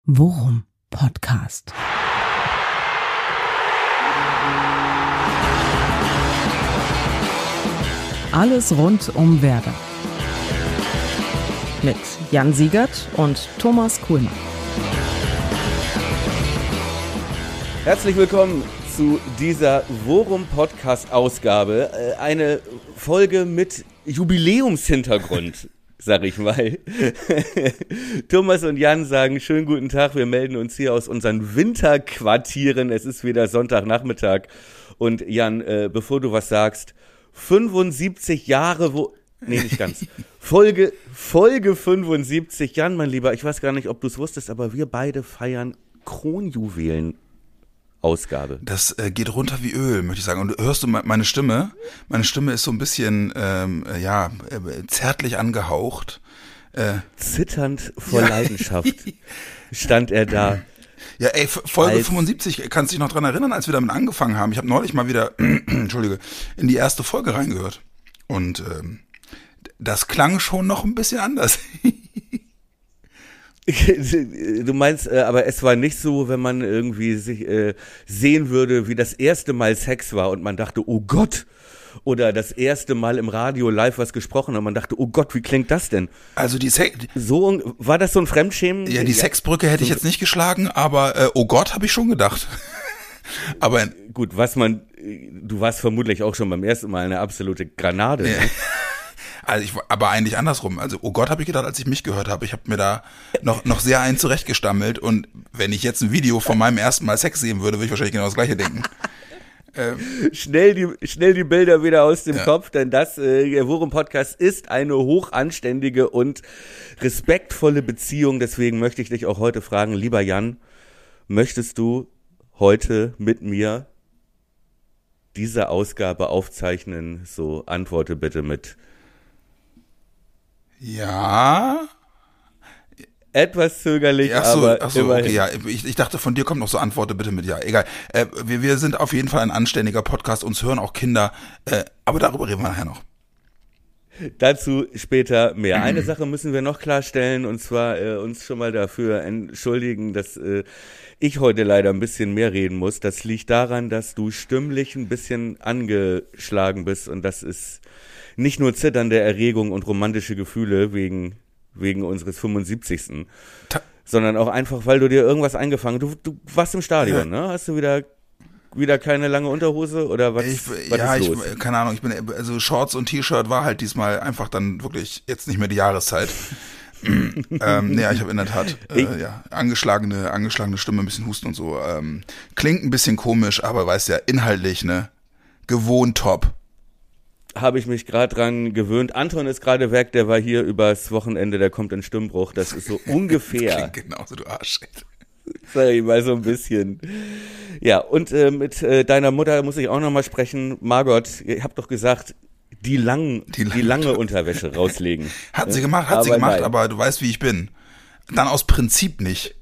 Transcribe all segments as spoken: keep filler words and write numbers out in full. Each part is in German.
Worum Podcast. Alles rund um Werder. Mit Jan Siegert und Thomas Kuhlmann. Herzlich willkommen zu dieser Worum-Podcast-Ausgabe. Eine Folge mit Jubiläumshintergrund, sag ich mal. Thomas und Jan sagen schönen guten Tag. Wir melden uns hier aus unseren Winterquartieren. Es ist wieder Sonntagnachmittag. Und Jan, äh, bevor du was sagst, fünfundsiebzig Jahre, wo... Nee, nicht ganz. Folge, Folge fünfundsiebzig. Jan, mein Lieber, ich weiß gar nicht, ob du es wusstest, aber wir beide feiern Kronjuwelen. Ausgabe. Das äh, geht runter wie Öl, möchte ich sagen. Und hörst du meine Stimme? Meine Stimme ist so ein bisschen, ähm, ja, äh, zärtlich angehaucht. Äh, Zitternd vor ja. Leidenschaft stand er da. Ja, ey, Folge fünfundsiebzig, kannst du dich noch dran erinnern, als wir damit angefangen haben? Ich habe neulich mal wieder, Entschuldige, in die erste Folge reingehört. Und ähm, das klang schon noch ein bisschen anders. Du meinst, äh, aber es war nicht so, wenn man irgendwie sich äh, sehen würde, wie das erste Mal Sex war und man dachte, oh Gott, oder das erste Mal im Radio live was gesprochen und man dachte, oh Gott, wie klingt das denn? Also die Sex... So, war das so ein Fremdschämen? Ja, die ja. Sexbrücke hätte ich jetzt nicht geschlagen, aber äh, oh Gott, habe ich schon gedacht. Aber gut, was man, du warst vermutlich auch schon beim ersten Mal eine absolute Granate. Ja. Also ich, aber eigentlich andersrum. Also, oh Gott, habe ich gedacht, als ich mich gehört habe. Ich habe mir da noch noch sehr einen zurechtgestammelt. Und wenn ich jetzt ein Video von meinem ersten Mal Sex sehen würde, würde ich wahrscheinlich genau das Gleiche denken. ähm, schnell die schnell die Bilder wieder aus dem ja. Kopf, denn das äh, der Worum-Podcast ist eine hochanständige und respektvolle Beziehung. Deswegen möchte ich dich auch heute fragen, lieber Jan, möchtest du heute mit mir diese Ausgabe aufzeichnen? So, antworte bitte mit Ja. Etwas zögerlich, ach so, aber ach so, immerhin. Okay, ja. Ich, ich dachte, von dir kommt noch so, antworte bitte mit ja. Egal. Äh, wir, wir sind auf jeden Fall ein anständiger Podcast, uns hören auch Kinder, äh, aber darüber reden wir nachher noch. Dazu später mehr. Eine Sache müssen wir noch klarstellen, und zwar äh, uns schon mal dafür entschuldigen, dass äh, ich heute leider ein bisschen mehr reden muss. Das liegt daran, dass du stimmlich ein bisschen angeschlagen bist, und das ist nicht nur zitternde Erregung und romantische Gefühle wegen wegen unseres fünfundsiebzigsten Ta- sondern auch einfach, weil du dir irgendwas eingefangen hast. Du, du warst im Stadion, ja. ne? Hast du wieder wieder keine lange Unterhose oder was? Ich, was ja, ist ich, los? keine Ahnung. Ich bin also Shorts und T-Shirt war halt diesmal einfach dann wirklich jetzt nicht mehr die Jahreszeit. ähm, ja, ich habe in der Tat äh, ja, angeschlagene angeschlagene Stimme, ein bisschen Husten und so. Ähm, klingt ein bisschen komisch, aber weißt ja, inhaltlich ne, gewohnt top. Habe ich mich gerade dran gewöhnt. Anton ist gerade weg, der war hier übers Wochenende, der kommt in Stimmbruch. Das ist so ungefähr. Das klingt genauso, du Arsch. Sag ich mal so ein bisschen. Ja, und äh, mit äh, deiner Mutter muss ich auch nochmal sprechen. Margot, ich hab doch gesagt, die, lang, die, die lange Unterwäsche rauslegen. Hat sie gemacht, hat aber sie gemacht, nein. Aber du weißt, wie ich bin. Dann aus Prinzip nicht.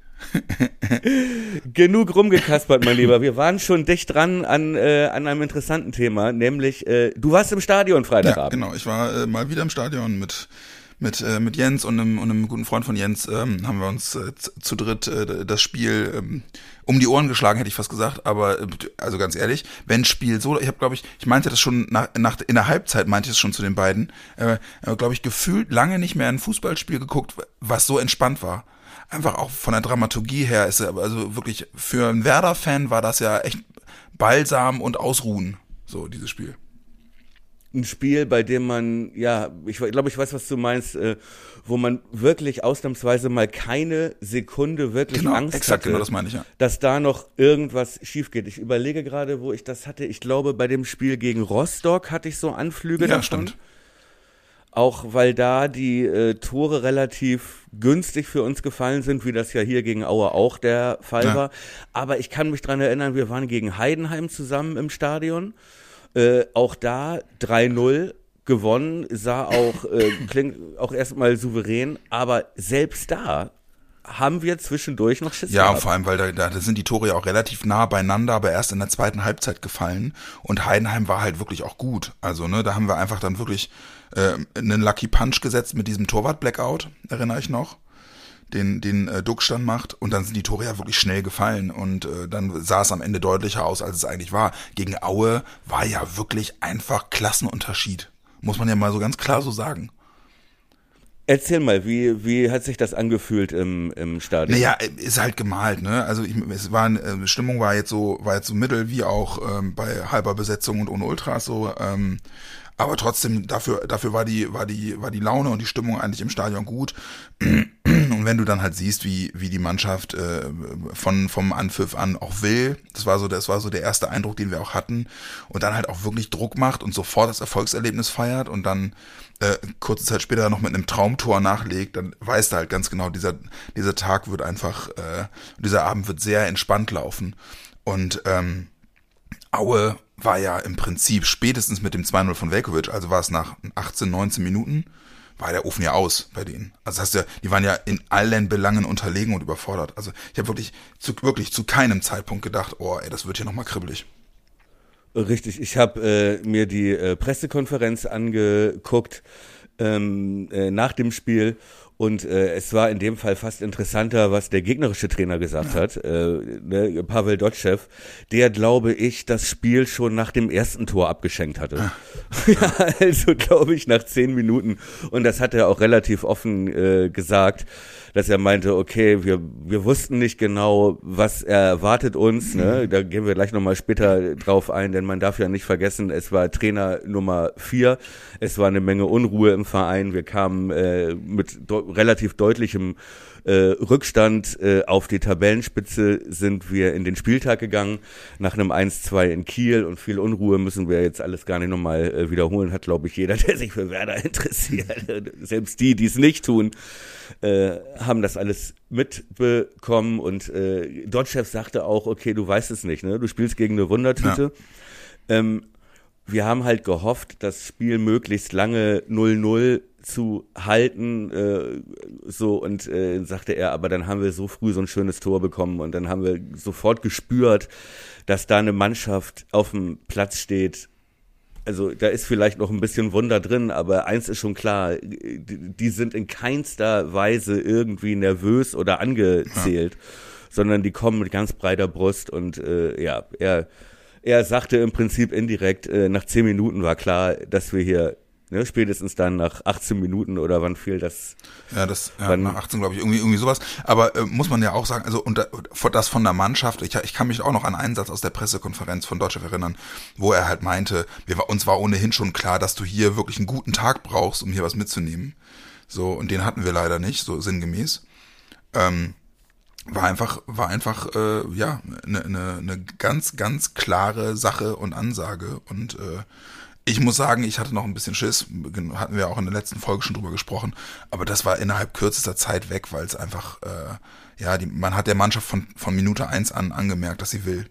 Genug rumgekaspert, mein Lieber. Wir waren schon dicht dran an äh, an einem interessanten Thema, nämlich äh, du warst im Stadion Freitagabend. Ja, genau. Ich war äh, mal wieder im Stadion mit mit äh, mit Jens und einem, und einem guten Freund von Jens. Ähm, haben wir uns äh, zu, zu dritt äh, das Spiel ähm, um die Ohren geschlagen, hätte ich fast gesagt. Aber äh, also ganz ehrlich, wenn Spiel so, ich habe glaube ich, ich meinte das schon nach, nach in der Halbzeit meinte ich es schon zu den beiden. Äh, glaube ich gefühlt lange nicht mehr ein Fußballspiel geguckt, was so entspannt war. Einfach auch von der Dramaturgie her ist er, also wirklich für einen Werder-Fan war das ja echt Balsam und Ausruhen, so dieses Spiel. Ein Spiel, bei dem man, ja, ich glaube, ich weiß, was du meinst, äh, wo man wirklich ausnahmsweise mal keine Sekunde wirklich genau, Angst exakt, hatte, genau, das meine ich, ja. dass da noch irgendwas schief geht. Ich überlege gerade, wo ich das hatte. Ich glaube, bei dem Spiel gegen Rostock hatte ich so Anflüge ja, davon. Stimmt. Auch weil da die äh, Tore relativ günstig für uns gefallen sind, wie das ja hier gegen Aue auch der Fall ja. war. Aber ich kann mich dran erinnern, wir waren gegen Heidenheim zusammen im Stadion. Äh, auch da drei null gewonnen, sah auch, äh, klingt auch erstmal souverän. Aber selbst da haben wir zwischendurch noch Schiss Ja, gehabt. vor allem, weil da, da sind die Tore ja auch relativ nah beieinander, aber erst in der zweiten Halbzeit gefallen. Und Heidenheim war halt wirklich auch gut. Also ne, da haben wir einfach dann wirklich äh, einen Lucky Punch gesetzt mit diesem Torwart-Blackout, erinnere ich noch. den, den äh, Duckstand macht und dann sind die Tore ja wirklich schnell gefallen und äh, dann sah es am Ende deutlicher aus, als es eigentlich war. Gegen Aue war ja wirklich einfach Klassenunterschied. Muss man ja mal so ganz klar so sagen. Erzähl mal, wie, wie hat sich das angefühlt im, im Stadion? Naja, ist halt gemalt, ne? Also ich, es war äh, Stimmung war jetzt so, war jetzt so mittel, wie auch ähm, bei halber Besetzung und ohne Ultras so. Ähm, aber trotzdem, dafür, dafür war die, war die, war die Laune und die Stimmung eigentlich im Stadion gut. Und wenn du dann halt siehst, wie, wie die Mannschaft äh, von, vom Anpfiff an auch will, das war so, das war so der erste Eindruck, den wir auch hatten, und dann halt auch wirklich Druck macht und sofort das Erfolgserlebnis feiert und dann äh, kurze Zeit später noch mit einem Traumtor nachlegt, dann weißt du halt ganz genau, dieser, dieser Tag wird einfach, äh, dieser Abend wird sehr entspannt laufen. Und ähm, Aue war ja im Prinzip spätestens mit dem zwei null von Veljković, also war es nach achtzehn, neunzehn Minuten, war der Ofen ja aus bei denen. Also hast du ja, die waren ja in allen Belangen unterlegen und überfordert. Also ich habe wirklich zu, wirklich zu keinem Zeitpunkt gedacht, oh ey, das wird hier nochmal kribbelig. Richtig, ich habe äh, mir die äh, Pressekonferenz angeguckt ähm, äh, nach dem Spiel und äh, es war in dem Fall fast interessanter, was der gegnerische Trainer gesagt ja. hat, äh, ne, Pavel Dotschew, der, glaube ich, das Spiel schon nach dem ersten Tor abgeschenkt hatte. Ja, ja also glaube ich nach zehn Minuten und das hat er auch relativ offen äh, gesagt, dass er meinte, okay, wir wir wussten nicht genau, was erwartet uns, ne? Da gehen wir gleich nochmal später drauf ein, denn man darf ja nicht vergessen, es war Trainer Nummer vier, es war eine Menge Unruhe im Verein, wir kamen äh, mit do- relativ deutlichem äh, Rückstand äh, auf die Tabellenspitze, sind wir in den Spieltag gegangen, nach einem eins zwei in Kiel und viel Unruhe müssen wir jetzt alles gar nicht nochmal äh, wiederholen, hat glaube ich jeder, der sich für Werder interessiert, selbst die, die es nicht tun, äh, haben das alles mitbekommen und äh, Dotschew sagte auch, okay, du weißt es nicht, ne? Du spielst gegen eine Wundertüte. Ja. Ähm, wir haben halt gehofft, das Spiel möglichst lange null null zu halten, äh, so und äh, sagte er, aber dann haben wir so früh so ein schönes Tor bekommen und dann haben wir sofort gespürt, dass da eine Mannschaft auf dem Platz steht. Also da ist vielleicht noch ein bisschen Wunder drin, aber eins ist schon klar, die sind in keinster Weise irgendwie nervös oder angezählt, ja. sondern die kommen mit ganz breiter Brust und äh, ja, er, er sagte im Prinzip indirekt, äh, nach zehn Minuten war klar, dass wir hier, ne, spätestens dann nach achtzehn Minuten oder wann fiel das? Ja, das ja, nach achtzehn glaube ich, irgendwie irgendwie sowas. Aber äh, muss man ja auch sagen, also und das von der Mannschaft, ich, ich kann mich auch noch an einen Satz aus der Pressekonferenz von Dotschew erinnern, wo er halt meinte, wir, uns war ohnehin schon klar, dass du hier wirklich einen guten Tag brauchst, um hier was mitzunehmen. So, und den hatten wir leider nicht, so sinngemäß. Ähm, war einfach, war einfach, äh, ja, eine ne, ne ganz, ganz klare Sache und Ansage und äh, ich muss sagen, ich hatte noch ein bisschen Schiss, hatten wir auch in der letzten Folge schon drüber gesprochen, aber das war innerhalb kürzester Zeit weg, weil es einfach, äh, ja, die, man hat der Mannschaft von, von Minute eins an angemerkt, dass sie will.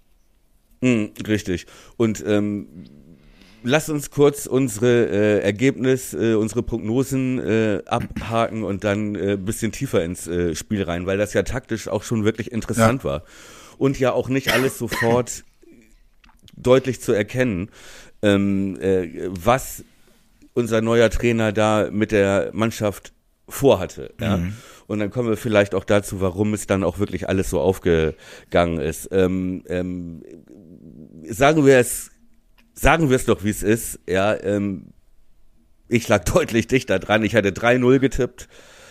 Mm, richtig. Und ähm, lass uns kurz unsere äh, Ergebnis, äh, unsere Prognosen äh, abhaken und dann ein äh, bisschen tiefer ins äh, Spiel rein, weil das ja taktisch auch schon wirklich interessant ja. war. Und ja auch nicht alles sofort deutlich zu erkennen. Ähm, äh, was unser neuer Trainer da mit der Mannschaft vorhatte. Ja? Mhm. Und dann kommen wir vielleicht auch dazu, warum es dann auch wirklich alles so aufgegangen ist. Ähm, ähm, sagen wir es, sagen wir es doch, wie es ist. Ja, ähm, ich lag deutlich dichter dran. Ich hatte drei null getippt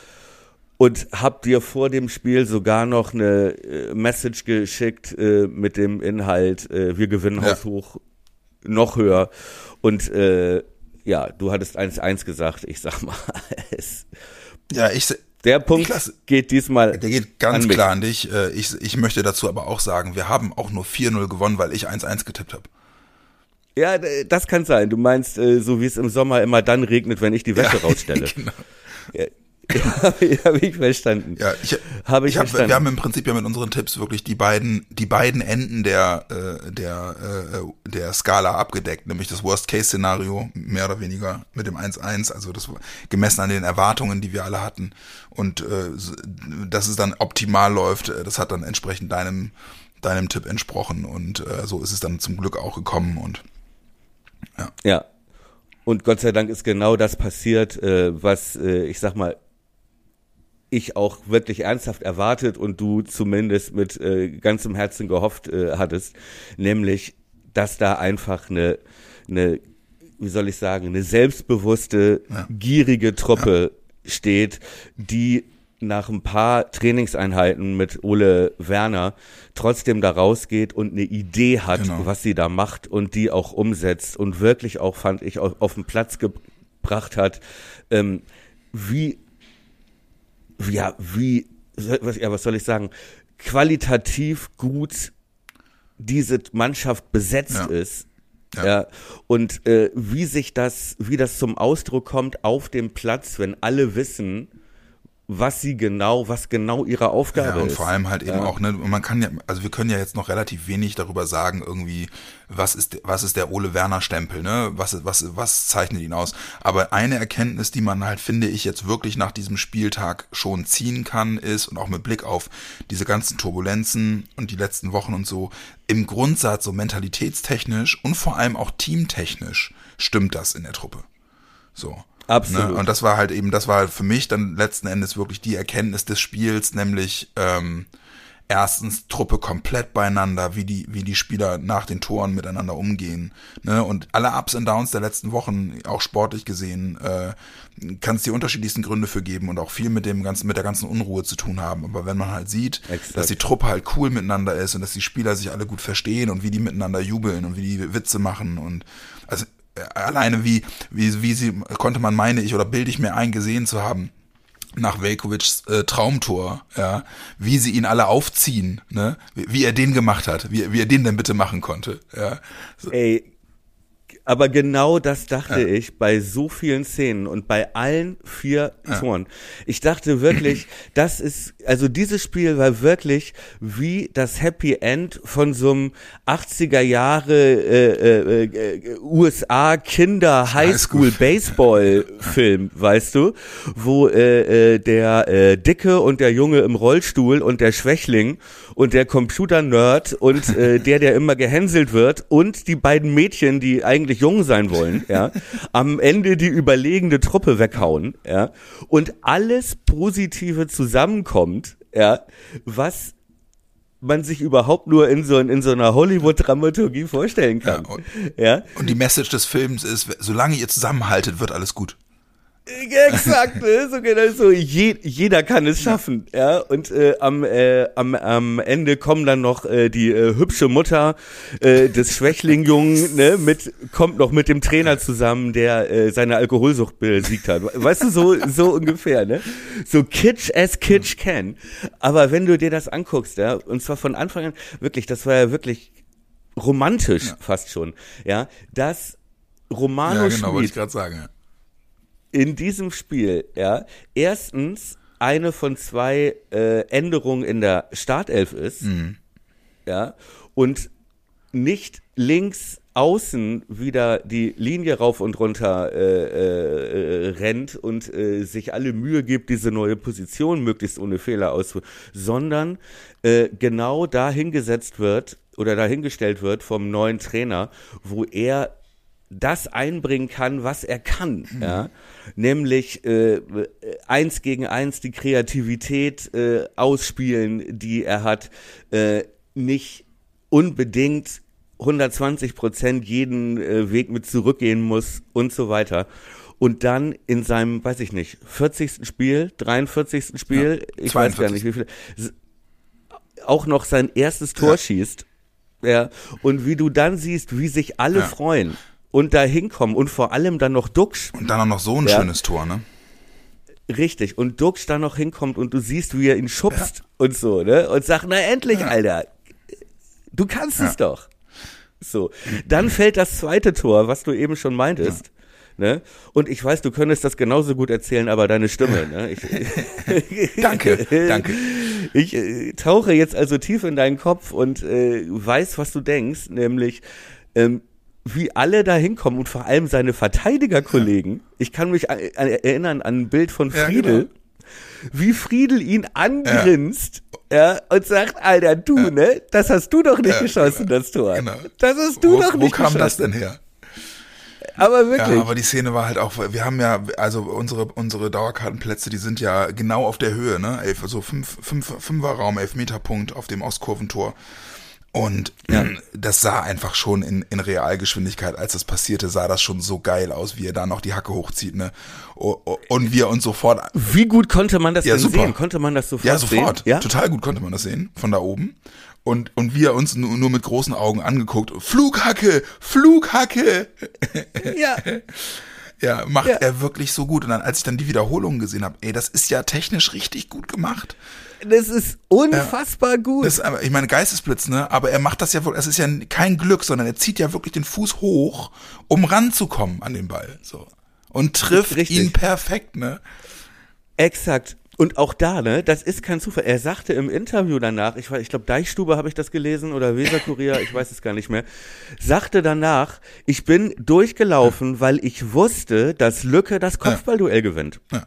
und hab dir vor dem Spiel sogar noch eine äh, Message geschickt äh, mit dem Inhalt, äh, wir gewinnen ja. haushoch, noch höher und äh, ja, du hattest eins eins gesagt, ich sag mal, es, ja, ich der Punkt klasse. geht diesmal Der geht ganz an klar an dich. Ich, ich möchte dazu aber auch sagen, wir haben auch nur vier null gewonnen, weil ich eins eins getippt habe. Ja, das kann sein. Du meinst, so wie es im Sommer immer dann regnet, wenn ich die Wäsche ja, rausstelle. Genau. Ja. Ja, habe ich verstanden. Ja, ich, habe ich ich hab, verstanden. Wir haben im Prinzip ja mit unseren Tipps wirklich die beiden, die beiden Enden der, äh, der, äh, der Skala abgedeckt, nämlich das Worst-Case-Szenario, mehr oder weniger mit dem eins eins, also das gemessen an den Erwartungen, die wir alle hatten. Und äh, dass es dann optimal läuft, das hat dann entsprechend deinem, deinem Tipp entsprochen. Und äh, so ist es dann zum Glück auch gekommen. Und ja. Ja. Und Gott sei Dank ist genau das passiert, äh, was, äh, ich sag mal, ich auch wirklich ernsthaft erwartet und du zumindest mit äh, ganzem Herzen gehofft äh, hattest, nämlich, dass da einfach eine, eine, wie soll ich sagen, eine selbstbewusste, ja. gierige Truppe ja. steht, die nach ein paar Trainingseinheiten mit Ole Werner trotzdem da rausgeht und eine Idee hat, genau. was sie da macht und die auch umsetzt und wirklich auch, fand ich, auf, auf den Platz gebracht hat, ähm, wie ja, wie, was, ja, was soll ich sagen, qualitativ gut diese Mannschaft besetzt ja. ist. Ja. ja. Und äh, wie sich das, wie das zum Ausdruck kommt auf dem Platz, wenn alle wissen, was sie genau, was genau ihre Aufgabe ist. Ja, und ist. vor allem halt eben ja. auch, ne, man kann ja, also wir können ja jetzt noch relativ wenig darüber sagen, irgendwie, was ist, was ist der Ole Werner Stempel, ne, was, was, was zeichnet ihn aus. Aber eine Erkenntnis, die man halt, finde ich, jetzt wirklich nach diesem Spieltag schon ziehen kann, ist, und auch mit Blick auf diese ganzen Turbulenzen und die letzten Wochen und so, im Grundsatz so mentalitätstechnisch und vor allem auch teamtechnisch stimmt das in der Truppe. So. Absolut. Ne? Und das war halt eben, das war halt für mich dann letzten Endes wirklich die Erkenntnis des Spiels, nämlich ähm, erstens Truppe komplett beieinander, wie die wie die Spieler nach den Toren miteinander umgehen. Ne? Und alle Ups und Downs der letzten Wochen, auch sportlich gesehen, äh, kann es die unterschiedlichsten Gründe für geben und auch viel mit dem ganzen mit der ganzen Unruhe zu tun haben. Aber wenn man halt sieht, Exakt. dass die Truppe halt cool miteinander ist und dass die Spieler sich alle gut verstehen und wie die miteinander jubeln und wie die Witze machen und also alleine wie, wie, wie sie, konnte man meine ich oder bilde ich mir ein, gesehen zu haben, nach Veljkovics äh, Traumtor, ja, wie sie ihn alle aufziehen, ne, wie, wie er den gemacht hat, wie, wie er den denn bitte machen konnte, ja. So. Ey, aber genau das dachte ja. ich bei so vielen Szenen und bei allen vier ja. Toren. Ich dachte wirklich, das ist, also dieses Spiel war wirklich wie das Happy End von so einem achtziger Jahre äh, äh, U S A Kinder Highschool Baseball Film, weißt du, wo äh, äh, der äh, Dicke und der Junge im Rollstuhl und der Schwächling und der Computer-Nerd und äh, der, der immer gehänselt wird und die beiden Mädchen, die eigentlich jung sein wollen, ja, am Ende die überlegene Truppe weghauen, ja, und alles Positive zusammenkommt, ja, was man sich überhaupt nur in so, in so einer Hollywood-Dramaturgie vorstellen kann. Ja, und, ja. und die Message des Films ist, solange ihr zusammenhaltet, wird alles gut. Exakt, ne? So genau so. Je, jeder kann es schaffen, ja. Und äh, am, äh, am, am Ende kommen dann noch äh, die äh, hübsche Mutter äh, des Schwächlingjungen, ne, mit kommt noch mit dem Trainer zusammen, der äh, seine Alkoholsucht besiegt hat. Weißt du, so so ungefähr, ne? So kitsch as kitsch can. Aber wenn du dir das anguckst, ja, und zwar von Anfang an, wirklich, das war ja wirklich romantisch ja. fast schon, ja, dass Romano ja, genau, Schmid wollte ich gerade sagen, ja. in diesem Spiel, ja, erstens eine von zwei äh, Änderungen in der Startelf ist, mhm. ja, und nicht links außen wieder die Linie rauf und runter äh, äh, rennt und äh, sich alle Mühe gibt, diese neue Position möglichst ohne Fehler auszuführen, sondern äh, genau dahingesetzt wird oder dahingestellt wird vom neuen Trainer, wo er das einbringen kann, was er kann, mhm. ja, nämlich äh, eins gegen eins die Kreativität äh, ausspielen, die er hat, äh, nicht unbedingt hundertzwanzig Prozent jeden äh, Weg mit zurückgehen muss und so weiter. Und dann in seinem, weiß ich nicht, vierzigsten Spiel, dreiundvierzigsten Spiel, ja, ich weiß gar nicht wie viel, auch noch sein erstes Tor ja. schießt, ja, und wie du dann siehst, wie sich alle ja. freuen. Und da hinkommen und vor allem dann noch Duxch. Und dann auch noch so ein ja. schönes Tor, ne? Richtig. Und Duxch dann noch hinkommt und du siehst, wie er ihn schubst ja. und so, ne? Und sagt, na endlich, ja. Alter. Du kannst ja. es doch. So. Dann fällt das zweite Tor, was du eben schon meintest. Ja. Ne? Und ich weiß, du könntest das genauso gut erzählen, aber deine Stimme, ne? Ich, danke, danke. Ich äh, tauche jetzt also tief in deinen Kopf und äh, weiß, was du denkst, nämlich, ähm, wie alle da hinkommen und vor allem seine Verteidigerkollegen. Ja. Ich kann mich an, an, erinnern an ein Bild von Friedel, ja, genau. wie Friedel ihn angrinst, ja. Ja, und sagt, Alter, du, ja. ne, das hast du doch nicht ja, geschossen, genau. das Tor. Genau. Das hast du wo, doch nicht geschossen. Wo kam geschossen. das denn her? Aber wirklich. Ja, aber die Szene war halt auch, wir haben ja, also unsere unsere Dauerkartenplätze, die sind ja genau auf der Höhe, ne? Elf, also fünf, fünf, Fünferraum, Elfmeterpunkt auf dem Ostkurventor. Und ja. das sah einfach schon in, in Realgeschwindigkeit, als das passierte, sah das schon so geil aus, wie er da noch die Hacke hochzieht, ne? Und wir uns sofort. Wie gut konnte man das ja, denn super. sehen? Konnte man das sofort sehen? Ja, sofort. Sehen? Ja? Total gut konnte man das sehen, von da oben. Und, und wir uns nur, nur mit großen Augen angeguckt. Flughacke! Flughacke! Ja. Ja, macht ja. er wirklich so gut. Und dann, als ich dann die Wiederholungen gesehen habe, ey, das ist ja technisch richtig gut gemacht. Das ist unfassbar ja. gut. Das ist, ich meine, Geistesblitz, ne? Aber er macht das ja wirklich, es ist ja kein Glück, sondern er zieht ja wirklich den Fuß hoch, um ranzukommen an den Ball. So. Und trifft Richtig. ihn perfekt, ne? Exakt. Und auch da, ne, das ist kein Zufall. Er sagte im Interview danach, ich, ich glaube, Deichstube habe ich das gelesen oder Weserkurier, ich weiß es gar nicht mehr, sagte danach, ich bin durchgelaufen, ja. weil ich wusste, dass Lücke das Kopfballduell ja. gewinnt. Ja.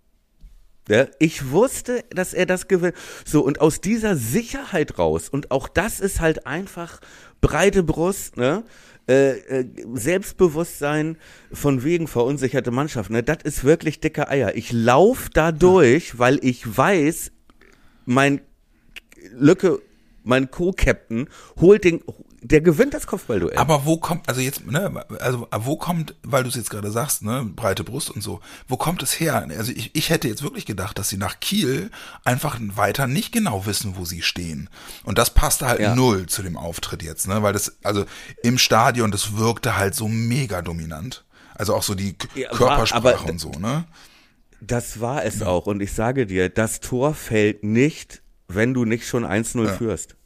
Ja, ich wusste, dass er das gewinnt. So, und aus dieser Sicherheit raus, und auch das ist halt einfach breite Brust, ne? Äh, äh, Selbstbewusstsein von wegen verunsicherte Mannschaft, ne? Das ist wirklich dicke Eier. Ich lauf da durch, weil ich weiß, mein Lücke, mein Co-Captain holt den, der gewinnt das Kopfballduell. Aber wo kommt, also jetzt, ne, also wo kommt, weil du es jetzt gerade sagst, ne, breite Brust und so, wo kommt es her? Also ich, ich hätte jetzt wirklich gedacht, dass sie nach Kiel einfach weiter nicht genau wissen, wo sie stehen. Und das passte halt ja. null zu dem Auftritt jetzt, ne, weil das, also im Stadion, das wirkte halt so mega dominant. Also auch so die ja, Körpersprache war, und so, ne? Das war es ja. auch. Und ich sage dir, das Tor fällt nicht, wenn du nicht schon eins null ja. führst.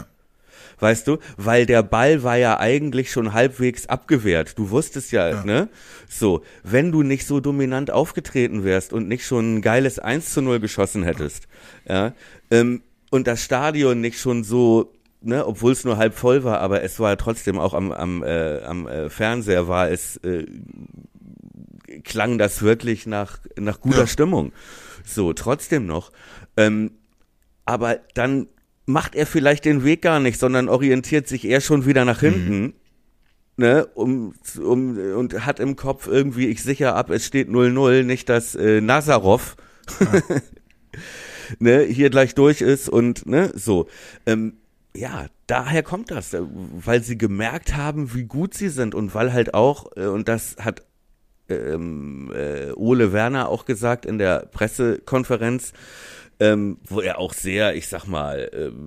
Weißt du, weil der Ball war ja eigentlich schon halbwegs abgewehrt. Du wusstest ja, ja, ne? So, wenn du nicht so dominant aufgetreten wärst und nicht schon ein geiles eins zu null geschossen hättest, ja, ähm, und das Stadion nicht schon so, ne, obwohl es nur halb voll war, aber es war trotzdem auch am, am, äh, am äh, Fernseher war es, äh, klang das wirklich nach, nach guter ja. Stimmung. So, trotzdem noch. Ähm, aber dann macht er vielleicht den Weg gar nicht, sondern orientiert sich eher schon wieder nach hinten, mhm. ne, um, um, und hat im Kopf irgendwie, ich sichere ab, es steht null null, nicht, dass äh, Nazarov ja. ne, hier gleich durch ist und, ne, so. Ähm, ja, daher kommt das, weil sie gemerkt haben, wie gut sie sind und weil halt auch, äh, und das hat ähm, äh, Ole Werner auch gesagt in der Pressekonferenz, Ähm, wo er auch sehr, ich sag mal,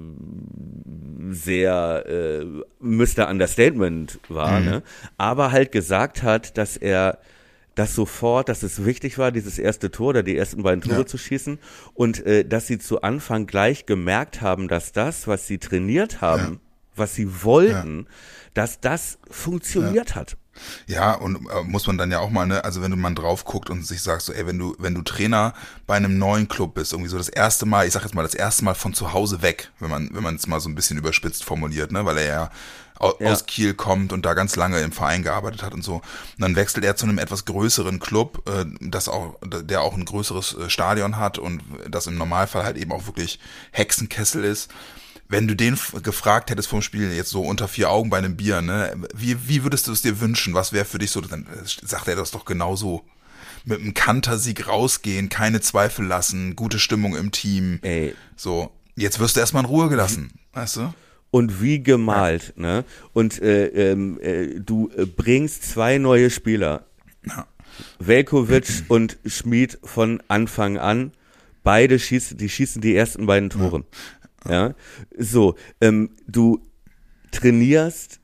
ähm, sehr äh, Mister Understatement war, mhm. ne? Aber halt gesagt hat, dass er das sofort, dass es wichtig war, dieses erste Tor oder die ersten beiden Tore ja. zu schießen und äh, dass sie zu Anfang gleich gemerkt haben, dass das, was sie trainiert haben, ja. was sie wollten, ja. dass das funktioniert ja. hat. Ja, und äh, muss man dann ja auch mal, ne, also wenn du mal drauf guckt und sich sagst, so, ey, wenn du, wenn du Trainer bei einem neuen Club bist, irgendwie so das erste Mal, ich sag jetzt mal, das erste Mal von zu Hause weg, wenn man, wenn man es mal so ein bisschen überspitzt formuliert, ne, weil er ja, au- ja aus Kiel kommt und da ganz lange im Verein gearbeitet hat und so. Und dann wechselt er zu einem etwas größeren Club, äh, das auch, der auch ein größeres äh, Stadion hat und das im Normalfall halt eben auch wirklich Hexenkessel ist. Wenn du den f- gefragt hättest vom Spiel jetzt so unter vier Augen bei einem Bier, ne, wie, wie würdest du es dir wünschen? Was wäre für dich so? Dann sagt er das doch genauso. Mit einem Kantersieg rausgehen, keine Zweifel lassen, gute Stimmung im Team. Ey. So, jetzt wirst du erstmal in Ruhe gelassen, weißt du? Und wie gemalt, ja. ne? Und äh, ähm, äh, du äh, bringst zwei neue Spieler. Ja. Veljkovic und Schmid von Anfang an. Beide schießen, die schießen die ersten beiden Tore. Ja. Ja, so, ähm, du trainierst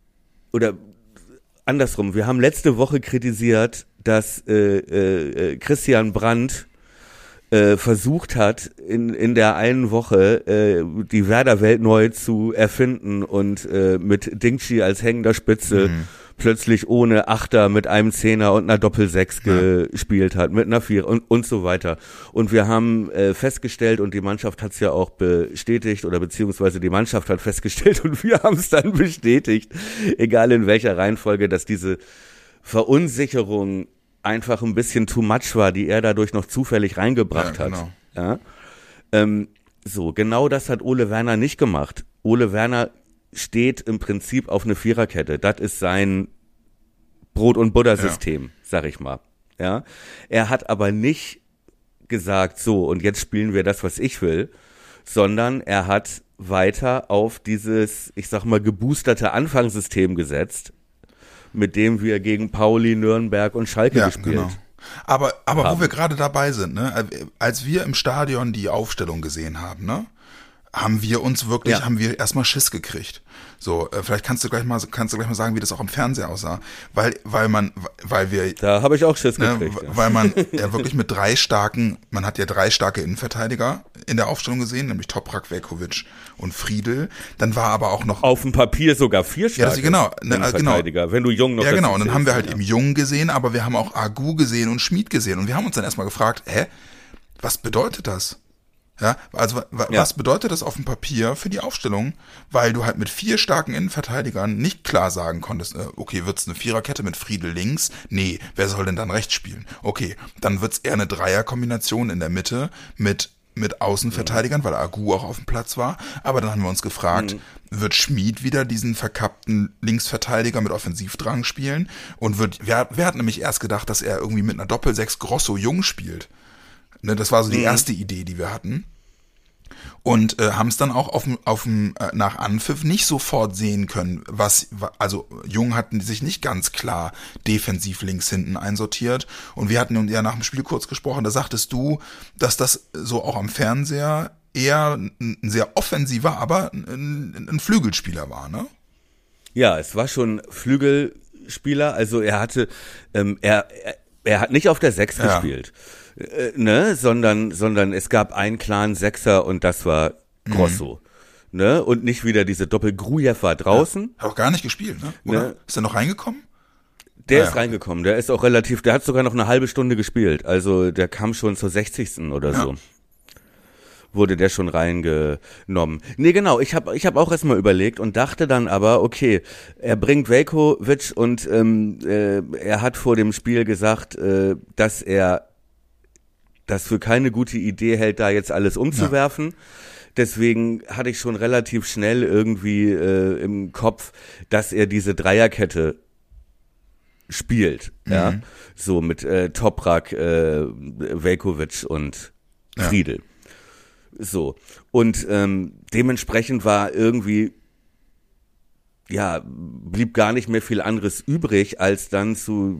oder andersrum, wir haben letzte Woche kritisiert, dass äh, äh, Christian Brandt äh, versucht hat, in in der einen Woche äh, die Werder-Welt neu zu erfinden und äh, mit Dingchi als hängender Spitze mhm. plötzlich ohne Achter mit einem Zehner und einer Doppel-Sechs ja. gespielt hat, mit einer Vier und, und so weiter. Und wir haben äh, festgestellt, und die Mannschaft hat es ja auch bestätigt, oder beziehungsweise die Mannschaft hat festgestellt und wir haben es dann bestätigt, egal in welcher Reihenfolge, dass diese Verunsicherung einfach ein bisschen too much war, die er dadurch noch zufällig reingebracht ja, genau. hat. Ja? Ähm, so, genau das hat Ole Werner nicht gemacht. Ole Werner steht im Prinzip auf eine Viererkette. Das ist sein Brot- und Butter-System, ja. sag ich mal. Ja, er hat aber nicht gesagt, so, und jetzt spielen wir das, was ich will, sondern er hat weiter auf dieses, ich sag mal, geboosterte Anfangssystem gesetzt, mit dem wir gegen Pauli, Nürnberg und Schalke ja, gespielt genau. Aber, aber haben. wo wir gerade dabei sind, ne, als wir im Stadion die Aufstellung gesehen haben, ne, haben wir uns wirklich, ja. haben wir erstmal Schiss gekriegt. So, äh, vielleicht kannst du gleich mal, kannst du gleich mal sagen, wie das auch im Fernseher aussah, weil, weil man, weil wir, da habe ich auch Schiss ne, gekriegt, ja. weil man ja wirklich mit drei starken, man hat ja drei starke Innenverteidiger in der Aufstellung gesehen, nämlich Toprak, Veljković und Friedl. Dann war aber auch noch auf dem Papier sogar vier starke ja, genau, ne, Innenverteidiger, genau. wenn du Jung noch ja genau. Und dann zählst, haben wir halt ja. eben Jung gesehen, aber wir haben auch Agu gesehen und Schmid gesehen und wir haben uns dann erstmal gefragt, hä, was bedeutet das? Ja, also was ja. bedeutet das auf dem Papier für die Aufstellung? Weil du halt mit vier starken Innenverteidigern nicht klar sagen konntest, äh, okay, wird's eine Viererkette mit Friedl links? Nee, wer soll denn dann rechts spielen? Okay, dann wird's eher eine Dreierkombination in der Mitte mit mit Außenverteidigern, mhm. weil Agu auch auf dem Platz war. Aber dann haben wir uns gefragt, mhm. wird Schmid wieder diesen verkappten Linksverteidiger mit Offensivdrang spielen? Und wird, wer, wer hat nämlich erst gedacht, dass er irgendwie mit einer Doppelsechs Grosso Jung spielt? Ne, das war so die mhm. erste Idee, die wir hatten. Und äh, haben es dann auch auf, auf äh, nach Anpfiff nicht sofort sehen können, was, also Jung hatten sich nicht ganz klar defensiv links hinten einsortiert. Und wir hatten ja nach dem Spiel kurz gesprochen, da sagtest du, dass das so auch am Fernseher eher ein sehr offensiver, aber ein, ein Flügelspieler war, ne? Ja, es war schon Flügelspieler, also er hatte, ähm, er, er, er hat nicht auf der Sechs ja. gespielt. Äh, ne, sondern, sondern es gab einen klaren Sechser und das war Grosso. Mhm. Ne, und nicht wieder diese Doppel. Grujew war draußen. Ja, hat auch gar nicht gespielt, ne? Oder? Ne? Ist er noch reingekommen? Der ah, ist ja. reingekommen, der ist auch relativ, der hat sogar noch eine halbe Stunde gespielt. Also der kam schon zur sechzigsten oder ja. so. Wurde der schon reingenommen. Nee, genau, ich habe ich hab auch erstmal überlegt und dachte dann aber, okay, er bringt Veljković und ähm, äh, er hat vor dem Spiel gesagt, äh, dass er das für keine gute Idee hält, da jetzt alles umzuwerfen. Ja. Deswegen hatte ich schon relativ schnell irgendwie äh, im Kopf, dass er diese Dreierkette spielt. Mhm. Ja, so mit äh, Toprak, äh, Veljković und Friedl. Ja. So. Und ähm, dementsprechend war irgendwie ja, blieb gar nicht mehr viel anderes übrig, als dann zu,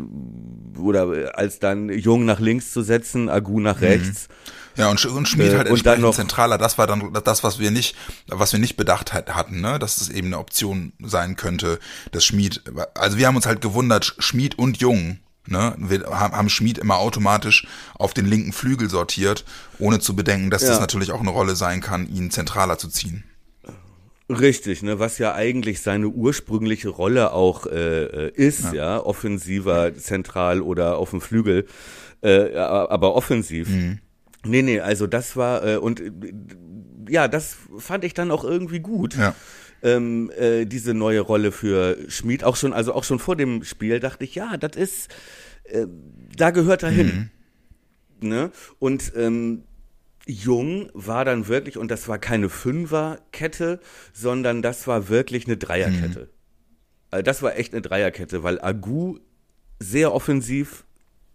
oder als dann Jung nach links zu setzen, Agu nach rechts. Ja, und, und Schmid äh, halt entsprechend noch zentraler, das war dann das, was wir nicht, was wir nicht bedacht hatten, ne, dass das eben eine Option sein könnte, dass Schmid, also wir haben uns halt gewundert, Schmid und Jung, ne, wir haben Schmid immer automatisch auf den linken Flügel sortiert, ohne zu bedenken, dass ja. das natürlich auch eine Rolle sein kann, ihn zentraler zu ziehen. Richtig, ne, was ja eigentlich seine ursprüngliche Rolle auch äh, ist, ja. ja, offensiver, zentral oder auf dem Flügel, äh, aber offensiv. Mhm. Nee, nee, also das war, äh, und äh, ja, das fand ich dann auch irgendwie gut. Ja. Ähm, äh, diese neue Rolle für Schmid, auch schon, also auch schon vor dem Spiel dachte ich, ja, das ist, äh, da gehört er hin. Mhm. Ne? Und ähm, Jung war dann wirklich, und das war keine Fünferkette, sondern das war wirklich eine Dreierkette. Mhm. Also das war echt eine Dreierkette, weil Agu sehr offensiv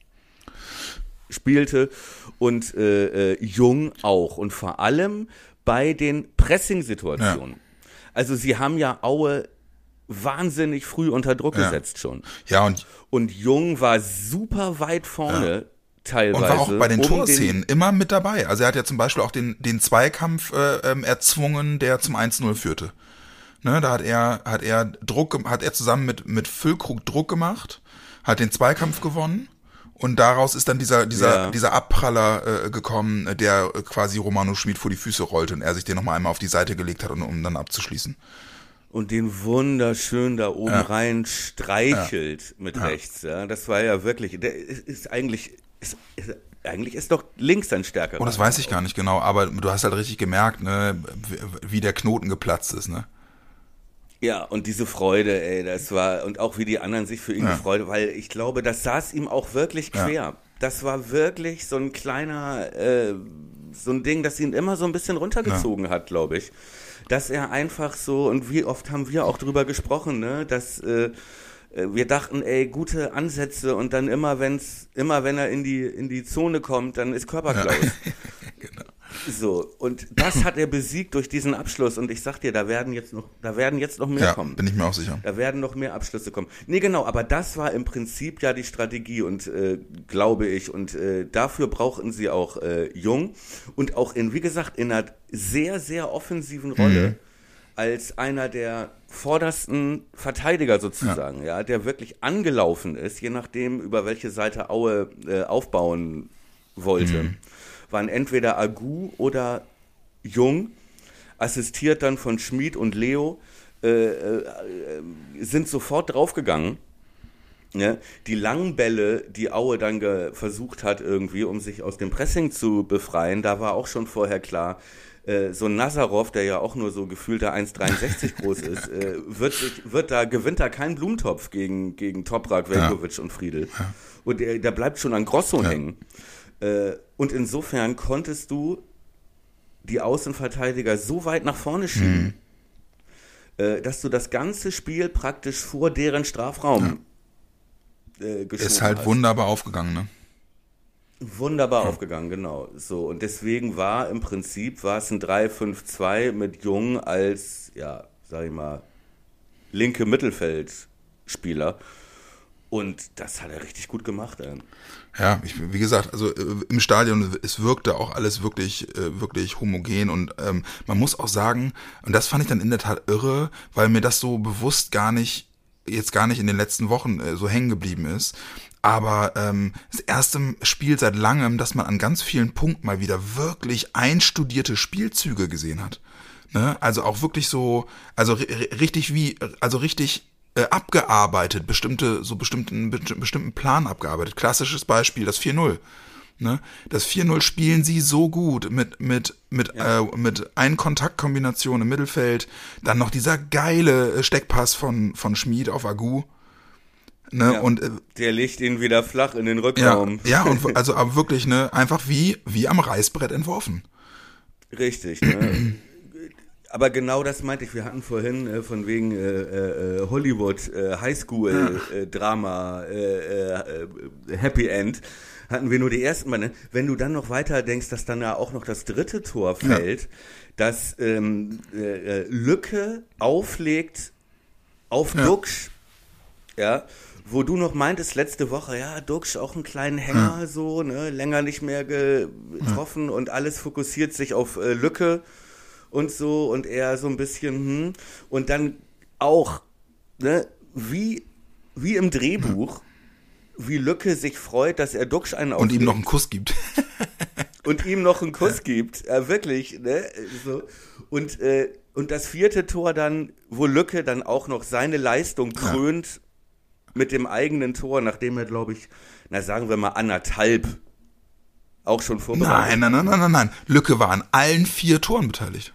spielte und äh, äh, Jung auch. Und vor allem bei den Pressing-Situationen. Ja. Also sie haben ja Aue wahnsinnig früh unter Druck ja. gesetzt schon. Ja, und, und Jung war super weit vorne. Ja. Teilweise. Und war auch bei den um Torszenen den immer mit dabei. Also er hat ja zum Beispiel auch den, den Zweikampf äh, ähm, erzwungen, der zum eins null führte. Ne, da hat er, hat er Druck, hat er zusammen mit, mit Füllkrug Druck gemacht, hat den Zweikampf gewonnen und daraus ist dann dieser, dieser, ja. dieser Abpraller äh, gekommen, der quasi Romano Schmid vor die Füße rollte und er sich den nochmal einmal auf die Seite gelegt hat, um, um dann abzuschließen. Und den wunderschön da oben ja. rein streichelt ja. mit ja. rechts. Ja, das war ja wirklich, der ist, ist eigentlich, ist, ist, eigentlich ist doch links ein stärkerer. Oh, das weiß ich gar nicht genau, aber du hast halt richtig gemerkt, ne, wie der Knoten geplatzt ist, ne? Ja, und diese Freude, ey, das war, und auch wie die anderen sich für ihn ja. gefreut, weil ich glaube, das saß ihm auch wirklich quer. Ja. Das war wirklich so ein kleiner, äh, so ein Ding, das ihn immer so ein bisschen runtergezogen ja. hat, glaube ich. Dass er einfach so, und wie oft haben wir auch drüber gesprochen, ne, dass, äh, wir dachten, ey, gute Ansätze und dann immer, wenn's, immer wenn er in die, in die Zone kommt, dann ist Körperklaus. Ja. Genau. So, und das hat er besiegt durch diesen Abschluss und ich sag dir, da werden jetzt noch, da werden jetzt noch mehr ja, kommen. Bin ich mir auch sicher. Da werden noch mehr Abschlüsse kommen. Nee, genau, aber das war im Prinzip ja die Strategie und äh, glaube ich und äh, dafür brauchten sie auch äh, Jung und auch in, wie gesagt, in einer sehr, sehr offensiven Rolle mhm. als einer der vordersten Verteidiger sozusagen, ja. ja, der wirklich angelaufen ist, je nachdem, über welche Seite Aue äh, aufbauen wollte. Mhm. Waren entweder Agu oder Jung, assistiert dann von Schmid und Leo, äh, äh, sind sofort draufgegangen. Ja? Die langen Bälle, die Aue dann ge- versucht hat irgendwie, um sich aus dem Pressing zu befreien, da war auch schon vorher klar, äh, so ein Nazarov, der ja auch nur so gefühlter eins Komma dreiundsechzig groß ist, äh, wird, sich, wird da, gewinnt da kein Blumentopf gegen, gegen Toprak, Velkovic ja. und Friedl. Ja. Und der, der bleibt schon an Grosso ja. hängen. Und insofern konntest du die Außenverteidiger so weit nach vorne schieben, mhm. dass du das ganze Spiel praktisch vor deren Strafraum ja. äh, geschoben hast. Ist halt hast. wunderbar aufgegangen, ne? Wunderbar ja. aufgegangen, genau. So, und deswegen war im Prinzip war es ein drei fünf zwei mit Jung als, ja, sag ich mal, linke Mittelfeldspieler. Und das hat er richtig gut gemacht, ey. Ja, ich, wie gesagt, also äh, im Stadion, es wirkte auch alles wirklich, äh, wirklich homogen und ähm, man muss auch sagen, und das fand ich dann in der Tat irre, weil mir das so bewusst gar nicht, jetzt gar nicht in den letzten Wochen äh, so hängen geblieben ist, aber ähm, das erste Spiel seit langem, dass man an ganz vielen Punkten mal wieder wirklich einstudierte Spielzüge gesehen hat. Ne? Also auch wirklich so, also r- richtig wie, also richtig abgearbeitet, bestimmte, so bestimmten, bestimmten Plan abgearbeitet. Klassisches Beispiel, das vier null. Ne? Das vier null spielen sie so gut mit, mit, mit, ja. äh, mit Ein-Kontakt-Kombination im Mittelfeld, dann noch dieser geile Steckpass von, von Schmid auf Agu. Ne? Ja, und, äh, der legt ihn wieder flach in den Rückraum. Ja, ja und also aber wirklich, ne, einfach wie, wie am Reißbrett entworfen. Richtig, ne? Aber genau das meinte ich. Wir hatten vorhin äh, von wegen äh, äh, Hollywood, äh, Highschool, äh, Drama, äh, äh, Happy End. Hatten wir nur die ersten Mal. Ne? Wenn du dann noch weiter denkst, dass dann ja auch noch das dritte Tor fällt, ja. dass ähm, äh, Lücke auflegt auf ja. Duxch, ja, wo du noch meintest letzte Woche, ja, Duxch auch einen kleinen Hänger, ja. so, ne, länger nicht mehr getroffen ja. und alles fokussiert sich auf äh, Lücke. Und so, und er so ein bisschen, hm, und dann auch, ne, wie, wie im Drehbuch, wie Lücke sich freut, dass er Duxch einen auflegt. Und ihm noch einen Kuss gibt. Und ihm noch einen Kuss gibt, äh, wirklich, ne, so. Und, äh, und das vierte Tor dann, wo Lücke dann auch noch seine Leistung krönt ja. mit dem eigenen Tor, nachdem er, glaube ich, na, sagen wir mal anderthalb auch schon vorbereitet. Nein, nein, nein, nein, nein, nein. Lücke war an allen vier Toren beteiligt.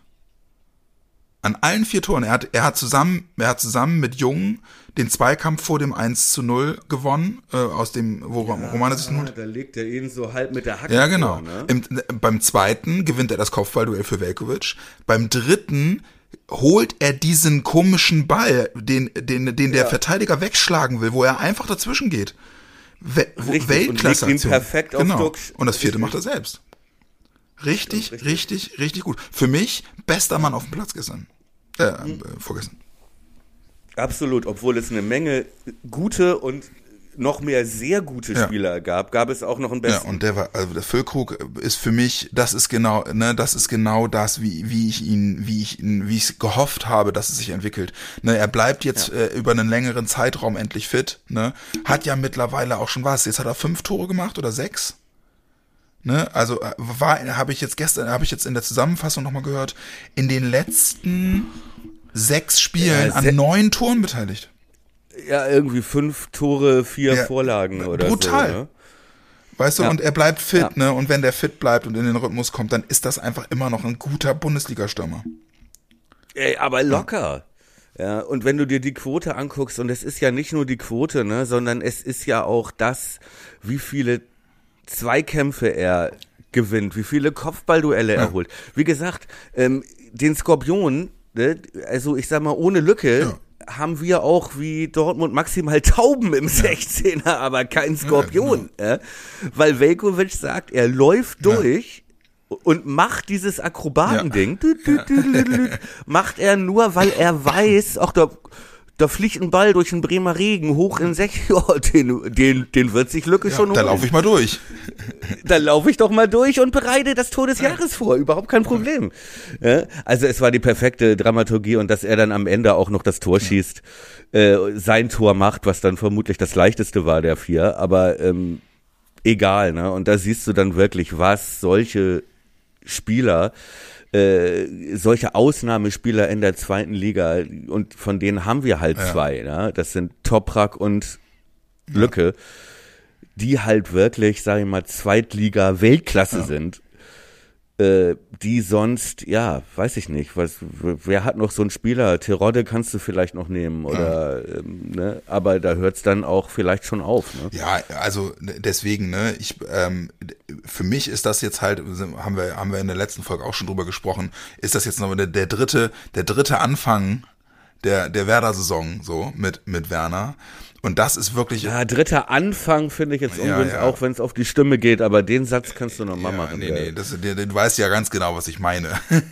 An allen vier Toren. Er hat, er hat zusammen, er hat zusammen mit Jung den Zweikampf vor dem eins zu null gewonnen, äh, aus dem, wo ja, Romane sich nun. Da legt er ihn so halb mit der Hacke. Ja, genau. Vor, ne? Im, beim zweiten gewinnt er das Kopfballduell für Velkovic. Beim dritten holt er diesen komischen Ball, den, den, den der ja. Verteidiger wegschlagen will, wo er einfach dazwischen geht. We- Weltklasse. Und legt ihn perfekt auf genau. Duxch. Und das vierte macht er selbst. Richtig, richtig, richtig, richtig gut. Für mich bester Mann auf dem Platz gestern. Äh, mhm. äh, vorgestern. Absolut, obwohl es eine Menge gute und noch mehr sehr gute ja. Spieler gab, gab es auch noch einen besten. Ja, und der war, also der Füllkrug ist für mich, das ist genau, ne, das ist genau das, wie, wie ich ihn, wie ich ihn, wie ich gehofft habe, dass es sich entwickelt. Ne, er bleibt jetzt ja. äh, über einen längeren Zeitraum endlich fit, ne, hat ja mittlerweile auch schon was, jetzt hat er fünf Tore gemacht oder sechs? Ne, also war, habe ich jetzt gestern, habe ich jetzt in der Zusammenfassung nochmal gehört, in den letzten sechs Spielen ja, se- an neun Toren beteiligt. Ja, irgendwie fünf Tore, vier ja, Vorlagen oder brutal. so. Ne? Weißt du, ja. und er bleibt fit, ja. ne, und wenn der fit bleibt und in den Rhythmus kommt, dann ist das einfach immer noch ein guter Bundesliga-Stürmer. Ey, aber locker. Ja. ja, und wenn du dir die Quote anguckst, und es ist ja nicht nur die Quote, ne, sondern es ist ja auch das, wie viele Zweikämpfe er gewinnt, wie viele Kopfballduelle ja. er holt. Wie gesagt, ähm, den Skorpion, ne, also ich sag mal, ohne Lücke, ja. haben wir auch wie Dortmund maximal Tauben im sechzehner, aber kein Skorpion. Ja, genau. ja? Weil Veljković sagt, er läuft durch ja. und macht dieses Akrobatending, ja. macht er nur, weil er weiß, auch da, da fliegt ein Ball durch den Bremer Regen hoch in sechs, oh, den, den, den wird sich Lücke ja, schon holen. Da laufe ich mal durch. Dann laufe ich doch mal durch und bereite das Tor des Jahres vor. Überhaupt kein Problem. Ja, also es war die perfekte Dramaturgie und dass er dann am Ende auch noch das Tor schießt, äh, sein Tor macht, was dann vermutlich das leichteste war der vier. Aber ähm, egal, ne? Und da siehst du dann wirklich, was solche Spieler, äh, solche Ausnahmespieler in der zweiten Liga, und von denen haben wir halt ja. zwei. Ne? Das sind Toprak und Lücke. Ja. Die halt wirklich, sag ich mal, Zweitliga-Weltklasse ja. sind, äh, die sonst, ja, weiß ich nicht, was, wer hat noch so einen Spieler? Terodde kannst du vielleicht noch nehmen, oder, ja. ähm, ne, aber da hört's dann auch vielleicht schon auf, ne? Ja, also deswegen, ne, ich, ähm, für mich ist das jetzt halt, haben wir, haben wir in der letzten Folge auch schon drüber gesprochen, ist das jetzt noch der, der dritte, der dritte Anfang der, der Werder-Saison, so, mit, mit Werner. Und das ist wirklich... Ja, dritter Anfang finde ich jetzt übrigens, ja, ja. auch wenn es auf die Stimme geht, aber den Satz kannst du nochmal ja, machen. Nee, nee, das, du, du weißt ja ganz genau, was ich meine.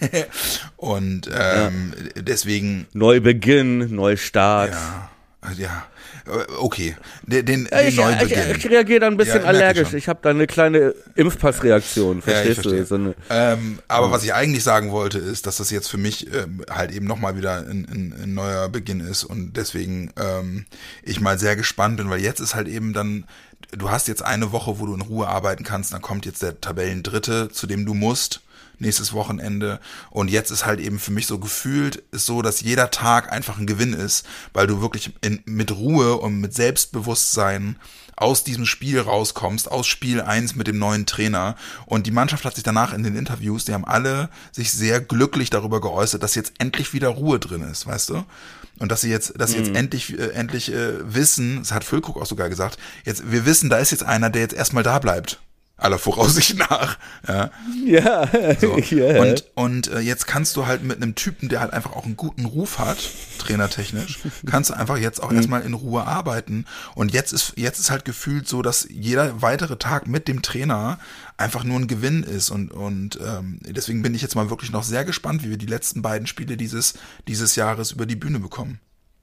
Und ähm, ja. deswegen... Neubeginn, Neustart. Ja, ja. Okay, den, den, ja, ich, den Neubeginn. Ich, ich reagiere da ein bisschen ja, allergisch. Ich, ich habe da eine kleine Impfpassreaktion, verstehst ja, du? So eine, ähm, aber ja. was ich eigentlich sagen wollte, ist, dass das jetzt für mich ähm, halt eben nochmal wieder ein, ein, ein neuer Beginn ist und deswegen ähm, ich mal sehr gespannt bin, weil jetzt ist halt eben dann, du hast jetzt eine Woche, wo du in Ruhe arbeiten kannst, dann kommt jetzt der Tabellendritte, zu dem du musst, nächstes Wochenende, und jetzt ist halt eben für mich so gefühlt ist so, dass jeder Tag einfach ein Gewinn ist, weil du wirklich in, mit Ruhe und mit Selbstbewusstsein aus diesem Spiel rauskommst, aus Spiel eins mit dem neuen Trainer, und die Mannschaft hat sich danach in den Interviews, die haben alle sich sehr glücklich darüber geäußert, dass jetzt endlich wieder Ruhe drin ist, weißt du? Und dass sie jetzt, dass sie jetzt mhm. endlich, äh, endlich äh, wissen, das hat Füllkrug auch sogar gesagt, jetzt, wir wissen, da ist jetzt einer, der jetzt erstmal da bleibt. Aller Voraussicht nach. Ja. Ja. So. ja. Und, und äh, jetzt kannst du halt mit einem Typen, der halt einfach auch einen guten Ruf hat, trainertechnisch, kannst du einfach jetzt auch mhm. erstmal in Ruhe arbeiten. Und jetzt ist, jetzt ist halt gefühlt so, dass jeder weitere Tag mit dem Trainer einfach nur ein Gewinn ist. Und, und ähm, deswegen bin ich jetzt mal wirklich noch sehr gespannt, wie wir die letzten beiden Spiele dieses, dieses Jahres über die Bühne bekommen.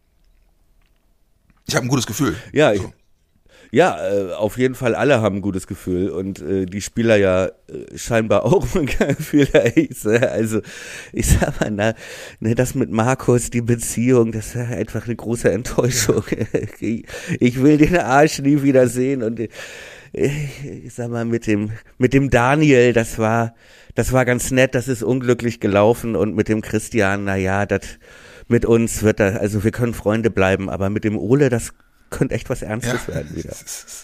Ich habe ein gutes Gefühl. Ja, so. ich Ja, äh, auf jeden Fall alle haben ein gutes Gefühl und äh, die Spieler ja äh, scheinbar auch ein Gefühl. Also ich sag mal, na, ne, das mit Markus, die Beziehung, das war einfach eine große Enttäuschung. ich, ich will den Arsch nie wieder sehen und äh, ich sag mal, mit dem mit dem Daniel, das war das war ganz nett, das ist unglücklich gelaufen, und mit dem Christian, na ja, das mit uns wird da, also wir können Freunde bleiben, aber mit dem Ole, das könnte echt was Ernstes ja. werden wieder.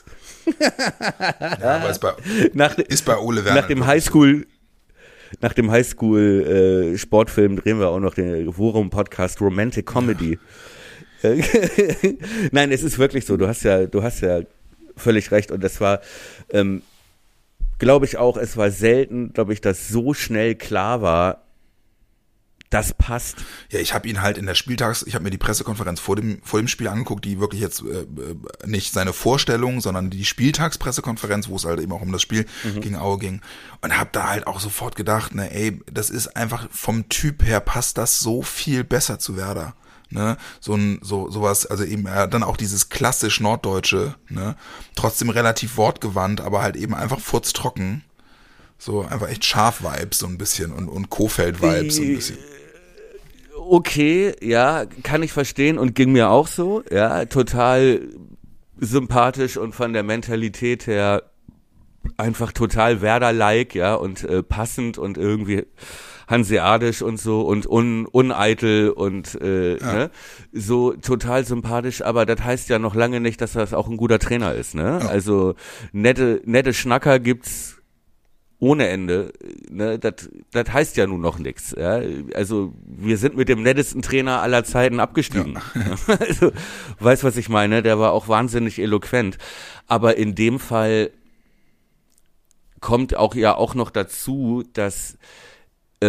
ja, aber ist bei, nach, ist bei Ole Werner. Nach dem Highschool, nach dem Highschool äh, Sportfilm drehen wir auch noch den Worum Podcast Romantic Comedy. Ja. Nein, es ist wirklich so. Du hast ja, du hast ja völlig recht, und das war, ähm, glaube ich auch, es war selten, glaube ich, dass so schnell klar war, das passt. Ja, ich habe ihn halt in der Spieltags, ich habe mir die Pressekonferenz vor dem vor dem Spiel angeguckt, die wirklich jetzt äh, nicht seine Vorstellung, sondern die Spieltagspressekonferenz, wo es halt eben auch um das Spiel mhm. gegen Aue ging, und habe da halt auch sofort gedacht, ne, ey, das ist einfach vom Typ her passt das so viel besser zu Werder. Ne, so ein, so, sowas, also eben äh, dann auch dieses klassisch Norddeutsche, ne, trotzdem relativ wortgewandt, aber halt eben einfach furztrocken. So einfach echt Schaf-Vibes so ein bisschen und, und Kofeld-Vibes so ein bisschen. Okay, ja, kann ich verstehen und ging mir auch so, ja, total sympathisch und von der Mentalität her einfach total Werder-like, ja, und äh, passend und irgendwie hanseatisch und so und un, uneitel und äh, ja. ne, so total sympathisch, aber das heißt ja noch lange nicht, dass das auch ein guter Trainer ist, ne? Ja. Also nette, nette Schnacker gibt's ohne Ende, ne, das das heißt ja nun noch nichts. Ja? Also wir sind mit dem nettesten Trainer aller Zeiten abgestiegen. Ja. Also, weißt was ich meine? Der war auch wahnsinnig eloquent. Aber in dem Fall kommt auch ja auch noch dazu, dass ähm,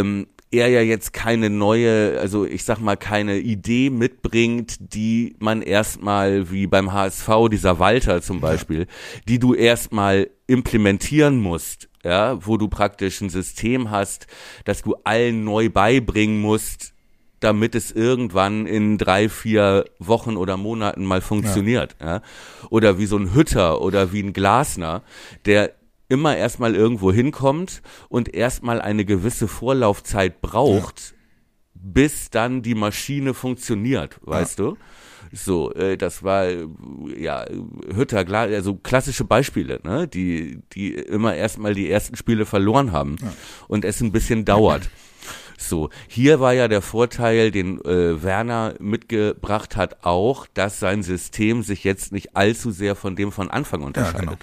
er ja jetzt keine neue, also ich sag mal keine Idee mitbringt, die man erstmal, wie beim H S V, dieser Walter zum Beispiel, ja. die du erstmal implementieren musst, ja, wo du praktisch ein System hast, das du allen neu beibringen musst, damit es irgendwann in drei, vier Wochen oder Monaten mal funktioniert, ja. ja. Oder wie so ein Hütter oder wie ein Glasner, der immer erstmal irgendwo hinkommt und erstmal eine gewisse Vorlaufzeit braucht, ja. bis dann die Maschine funktioniert, weißt ja. du? So, äh, das war, ja, Hütter, also klassische Beispiele, ne, die, die immer erstmal die ersten Spiele verloren haben ja. und es ein bisschen dauert. So, hier war ja der Vorteil, den äh, Werner mitgebracht hat, auch, dass sein System sich jetzt nicht allzu sehr von dem von Anfang unterscheidet. Ja, genau.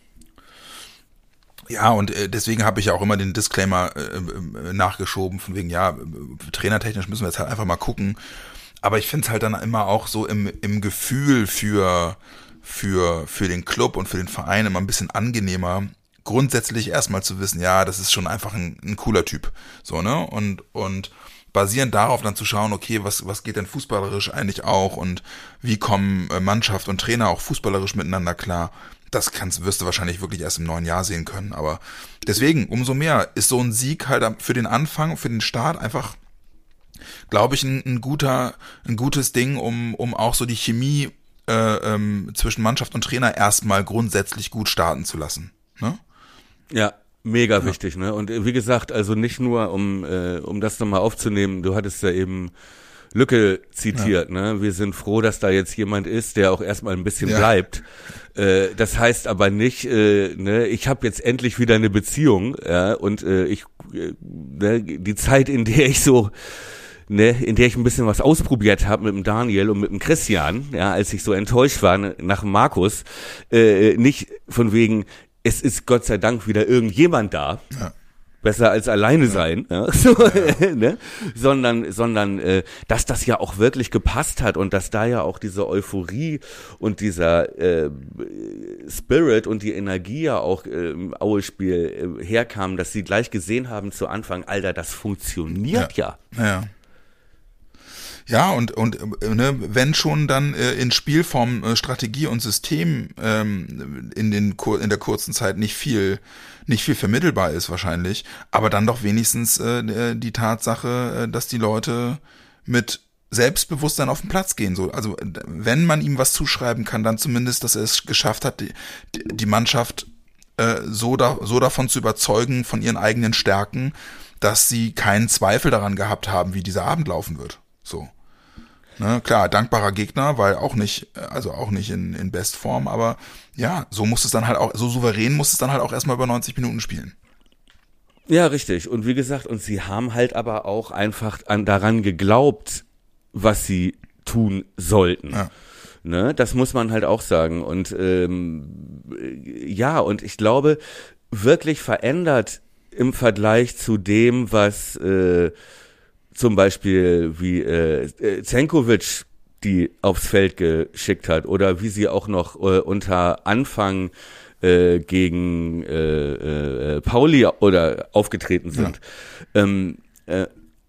Ja, und äh, deswegen habe ich auch immer den Disclaimer äh, nachgeschoben, von wegen, ja, trainertechnisch müssen wir jetzt halt einfach mal gucken. Aber ich finde es halt dann immer auch so im, im Gefühl für, für, für den Club und für den Verein immer ein bisschen angenehmer, grundsätzlich erstmal zu wissen, ja, das ist schon einfach ein, ein cooler Typ. So, ne? Und, und basierend darauf dann zu schauen, okay, was, was geht denn fußballerisch eigentlich auch und wie kommen Mannschaft und Trainer auch fußballerisch miteinander klar? Das kannst, wirst du wahrscheinlich wirklich erst im neuen Jahr sehen können. Aber deswegen, umso mehr ist so ein Sieg halt für den Anfang, für den Start einfach, glaube ich, ein, ein guter, ein gutes Ding, um, um auch so die Chemie äh, ähm, zwischen Mannschaft und Trainer erstmal grundsätzlich gut starten zu lassen. Ne? Ja, mega ja. wichtig, ne? Und wie gesagt, also nicht nur, um, äh, um das nochmal aufzunehmen, du hattest ja eben Lücke zitiert, ja. ne? Wir sind froh, dass da jetzt jemand ist, der auch erstmal ein bisschen ja. bleibt. Äh, das heißt aber nicht, äh, ne, ich habe jetzt endlich wieder eine Beziehung, ja, und äh, ich äh, ne, die Zeit, in der ich so, ne, in der ich ein bisschen was ausprobiert habe mit dem Daniel und mit dem Christian, ja, als ich so enttäuscht war nach dem Markus, äh, nicht von wegen, es ist Gott sei Dank wieder irgendjemand da. Ja. Besser als alleine ja. sein, ja, so, ja. ne? sondern, sondern, äh, dass das ja auch wirklich gepasst hat und dass da ja auch diese Euphorie und dieser äh, Spirit und die Energie ja auch äh, im Aue-Spiel äh, herkam, dass sie gleich gesehen haben zu Anfang, Alter, das funktioniert ja. Ja. ja. Ja, und, und ne, wenn schon dann äh, in Spielform, äh, Strategie und System ähm, in, den, in der kurzen Zeit nicht viel nicht viel vermittelbar ist wahrscheinlich, aber dann doch wenigstens äh, die Tatsache, äh, dass die Leute mit Selbstbewusstsein auf den Platz gehen. So, also wenn man ihm was zuschreiben kann, dann zumindest, dass er es geschafft hat, die, die Mannschaft äh, so, da, so davon zu überzeugen, von ihren eigenen Stärken, dass sie keinen Zweifel daran gehabt haben, wie dieser Abend laufen wird. So. Ne, klar, dankbarer Gegner, weil auch nicht, also auch nicht in, in Bestform, aber ja, so muss es dann halt auch, so souverän muss es dann halt auch erstmal über neunzig Minuten spielen. Ja, richtig. Und wie gesagt, und sie haben halt aber auch einfach an, daran geglaubt, was sie tun sollten. Ja. Ne, das muss man halt auch sagen. Und ähm, ja, und ich glaube, wirklich verändert im Vergleich zu dem, was äh, zum Beispiel wie äh, Zenkovic die aufs Feld geschickt hat oder wie sie auch noch äh, unter Anfang äh, gegen äh, äh, Pauli oder aufgetreten sind. Ja. Ähm, äh,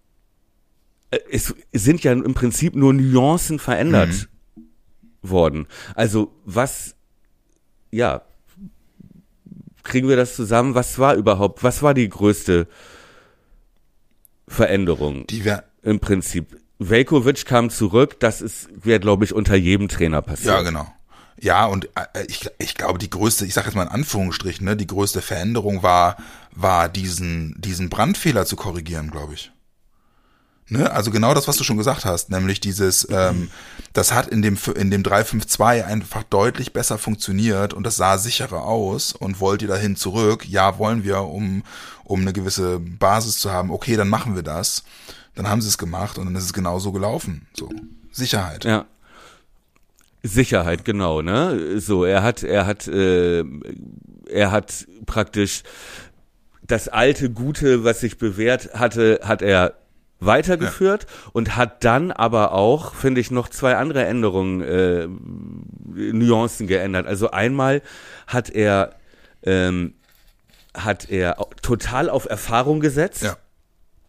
es sind ja im Prinzip nur Nuancen verändert mhm. worden. Also was, ja, kriegen wir das zusammen? Was war überhaupt, was war die größte Veränderung? Die wir im Prinzip. Veljković kam zurück, das ist, wäre, glaube ich, unter jedem Trainer passiert. Ja, genau. Ja, und äh, ich, ich glaube, die größte, ich sage jetzt mal in Anführungsstrichen, ne, die größte Veränderung war, war diesen, diesen Brandfehler zu korrigieren, glaube ich. Ne? Also genau das, was du schon gesagt hast, nämlich dieses, ähm, das hat in dem in dem drei fünf zwei einfach deutlich besser funktioniert und das sah sicherer aus und wollt ihr dahin zurück? Ja, wollen wir, um um eine gewisse Basis zu haben. Okay, dann machen wir das. Dann haben sie es gemacht und dann ist es genau so gelaufen. So, Sicherheit. Ja. Sicherheit, genau, ne? So, er hat, er hat, äh, er hat praktisch das alte Gute, was sich bewährt hatte, hat er weitergeführt ja. und hat dann aber auch, finde ich, noch zwei andere Änderungen, äh, Nuancen geändert. Also einmal hat er, ähm, hat er total auf Erfahrung gesetzt. Ja.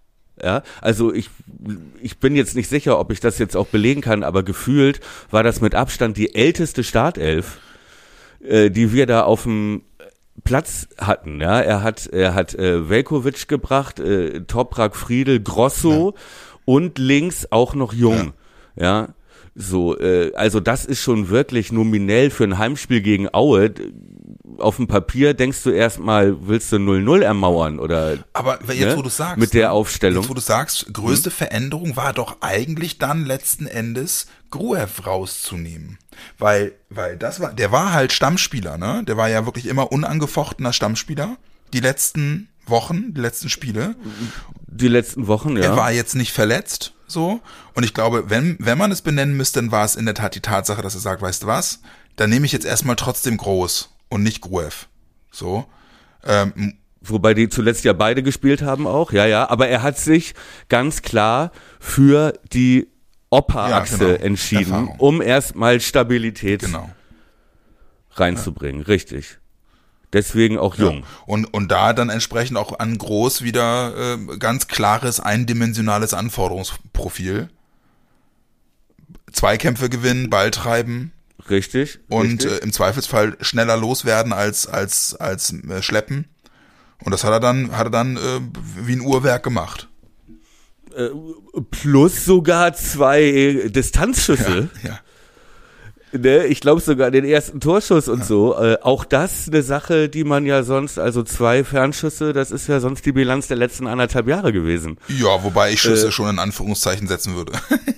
ja. Also ich, ich bin jetzt nicht sicher, ob ich das jetzt auch belegen kann, aber gefühlt war das mit Abstand die älteste Startelf, äh, die wir da auf dem Platz hatten, ja. Er hat, er hat äh, Veljković gebracht, äh, Toprak, Friedl, Grosso ja. und links auch noch Jung, ja. ja. So, äh, also das ist schon wirklich nominell für ein Heimspiel gegen Aue. Auf dem Papier denkst du erstmal, willst du null null ermauern oder? Aber jetzt, ne? wo du sagst, mit der Aufstellung. Jetzt, wo du sagst, größte hm? Veränderung war doch eigentlich dann letzten Endes Gruev rauszunehmen, weil, weil das war, der war halt Stammspieler, ne? Der war ja wirklich immer unangefochtener Stammspieler. Die letzten Wochen, die letzten Spiele. Die letzten Wochen, ja. Er war jetzt nicht verletzt. So, und ich glaube, wenn, wenn man es benennen müsste, dann war es in der Tat die Tatsache, dass er sagt, weißt du was, dann nehme ich jetzt erstmal trotzdem Groß und nicht Gruev. So. Ähm, Wobei die zuletzt ja beide gespielt haben auch, ja, ja, aber er hat sich ganz klar für die Opa-Achse ja, genau. entschieden, Erfahrung. um erstmal Stabilität genau. reinzubringen, ja. richtig. Deswegen auch jung. Ja. Und, und da dann entsprechend auch an Groß wieder äh, ganz klares, eindimensionales Anforderungsprofil. Zweikämpfe gewinnen, Ball treiben. Richtig. Und richtig. Äh, im Zweifelsfall schneller loswerden als, als, als äh, schleppen. Und das hat er dann, hat er dann äh, wie ein Uhrwerk gemacht. Äh, plus sogar zwei Distanzschüsse. Ja, ja. Ne, ich glaube sogar den ersten Torschuss und ja. so. Äh, auch das eine Sache, die man ja sonst, also zwei Fernschüsse, das ist ja sonst die Bilanz der letzten anderthalb Jahre gewesen. Ja, wobei ich Schüsse äh, schon in Anführungszeichen setzen würde.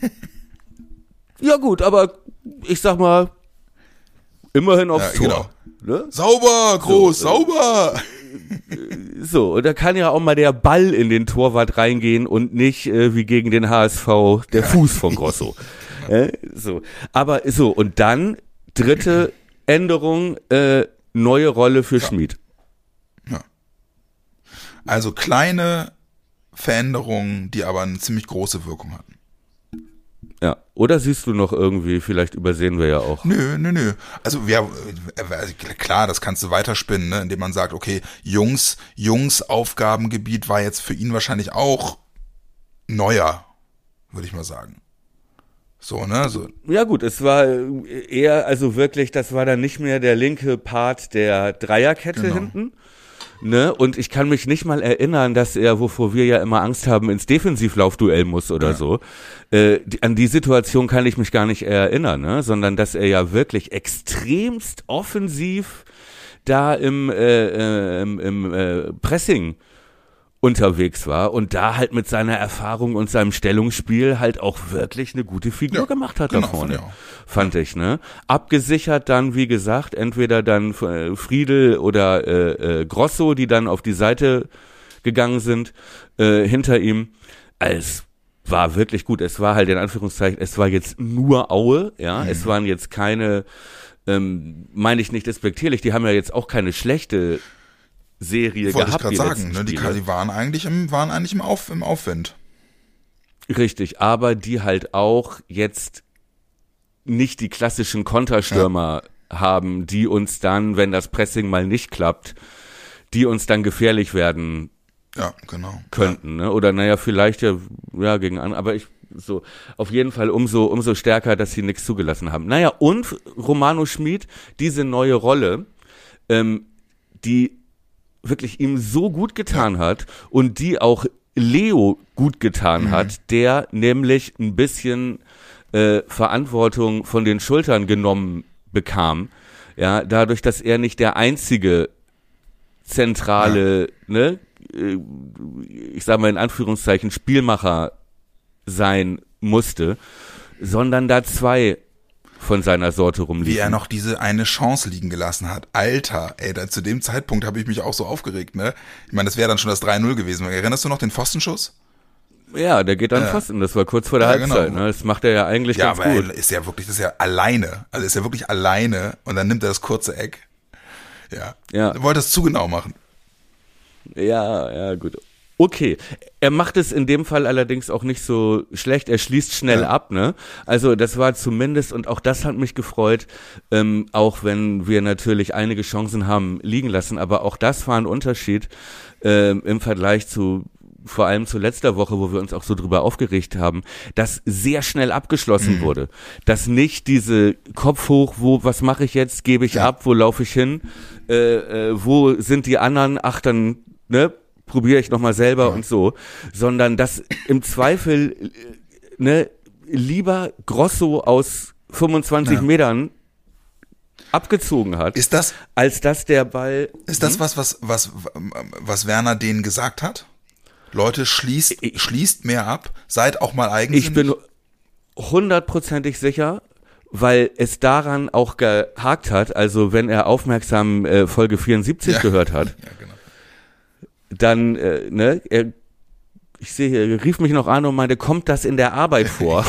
Ja gut, aber ich sag mal, immerhin aufs ja, Tor. Genau. Ne? Sauber, Groß, so, sauber! So, und da kann ja auch mal der Ball in den Torwart reingehen und nicht äh, wie gegen den H S V der ja. Fuß von Grosso. Äh, so, aber so, und dann dritte Änderung, äh, neue Rolle für ja. Schmid. Ja. Also kleine Veränderungen, die aber eine ziemlich große Wirkung hatten. Ja, oder siehst du noch irgendwie, vielleicht übersehen wir ja auch. Nö, nö, nö. Also wir, klar, das kannst du weiterspinnen, ne, indem man sagt, okay, Jungs, Jungs Aufgabengebiet war jetzt für ihn wahrscheinlich auch neuer, würde ich mal sagen. So, ne, so. Ja gut, es war eher, also wirklich, das war dann nicht mehr der linke Part der Dreierkette genau. hinten, ne, und ich kann mich nicht mal erinnern, dass er, wovor wir ja immer Angst haben, ins Defensivlaufduell muss oder ja. so, äh, die, an die Situation kann ich mich gar nicht erinnern, ne, sondern dass er ja wirklich extremst offensiv da im, äh, äh, im, im äh, Pressing unterwegs war und da halt mit seiner Erfahrung und seinem Stellungsspiel halt auch wirklich eine gute Figur ja, gemacht hat genau, da vorne, fand ich, ne? Abgesichert dann, wie gesagt, entweder dann äh, Friedl oder äh, äh, Grosso, die dann auf die Seite gegangen sind, äh, hinter ihm. Es war wirklich gut, es war halt in Anführungszeichen, es war jetzt nur Aue, ja, mhm. es waren jetzt keine, ähm, meine ich nicht despektierlich, die haben ja jetzt auch keine schlechte Serie Wollte gehabt. Ich gerade sagen, ne? Die, die waren eigentlich im, waren eigentlich im, Auf, im Aufwind. Richtig, aber die halt auch jetzt nicht die klassischen Konterstürmer ja. haben, die uns dann, wenn das Pressing mal nicht klappt, die uns dann gefährlich werden ja, genau. könnten. Ja. Ne? Oder naja, vielleicht ja, ja gegen andere, aber ich so auf jeden Fall umso umso stärker, dass sie nichts zugelassen haben. Naja, und Romano Schmid, diese neue Rolle, ähm, die wirklich ihm so gut getan ja. hat und die auch Leo gut getan mhm. hat, der nämlich ein bisschen äh, Verantwortung von den Schultern genommen bekam, ja, dadurch, dass er nicht der einzige zentrale, ja. ne, äh, ich sag mal in Anführungszeichen Spielmacher sein musste, sondern da zwei von seiner Sorte rumliegen. Wie er noch diese eine Chance liegen gelassen hat. Alter, ey, da, zu dem Zeitpunkt habe ich mich auch so aufgeregt, ne? Ich meine, das wäre dann schon das drei null gewesen. Erinnerst du noch den Pfostenschuss? Ja, der geht dann ja. Pfosten. Das war kurz vor der ja, Halbzeit, genau. ne? Das macht er ja eigentlich ja, ganz aber gut. Ja, aber ist ja wirklich, das ist ja alleine. Also ist ja wirklich alleine und dann nimmt er das kurze Eck. Ja. ja. Er wollte es zu genau machen. Ja, ja, gut. Okay, er macht es in dem Fall allerdings auch nicht so schlecht, er schließt schnell ja. ab, ne? Also das war zumindest, und auch das hat mich gefreut, ähm, auch wenn wir natürlich einige Chancen haben liegen lassen, aber auch das war ein Unterschied ähm, im Vergleich zu vor allem zu letzter Woche, wo wir uns auch so drüber aufgeregt haben, dass sehr schnell abgeschlossen mhm. wurde. Dass nicht diese Kopf hoch, wo, was mache ich jetzt, gebe ich ja. ab, wo laufe ich hin, äh, äh, wo sind die anderen, ach dann, ne, probiere ich nochmal selber ja. und so, sondern dass im Zweifel, ne, lieber Grosso aus fünfundzwanzig ja. Metern abgezogen hat, ist das, als dass der Ball... Ist das was, was, was, was Werner denen gesagt hat? Leute, schließt, ich, schließt mehr ab, seid auch mal eigensinnig. Ich bin hundertprozentig sicher, weil es daran auch gehakt hat, also wenn er aufmerksam äh, Folge vierundsiebzig ja. gehört hat, ja, genau. dann, äh, ne, er, ich sehe hier, er rief mich noch an und meinte, kommt das in der Arbeit vor?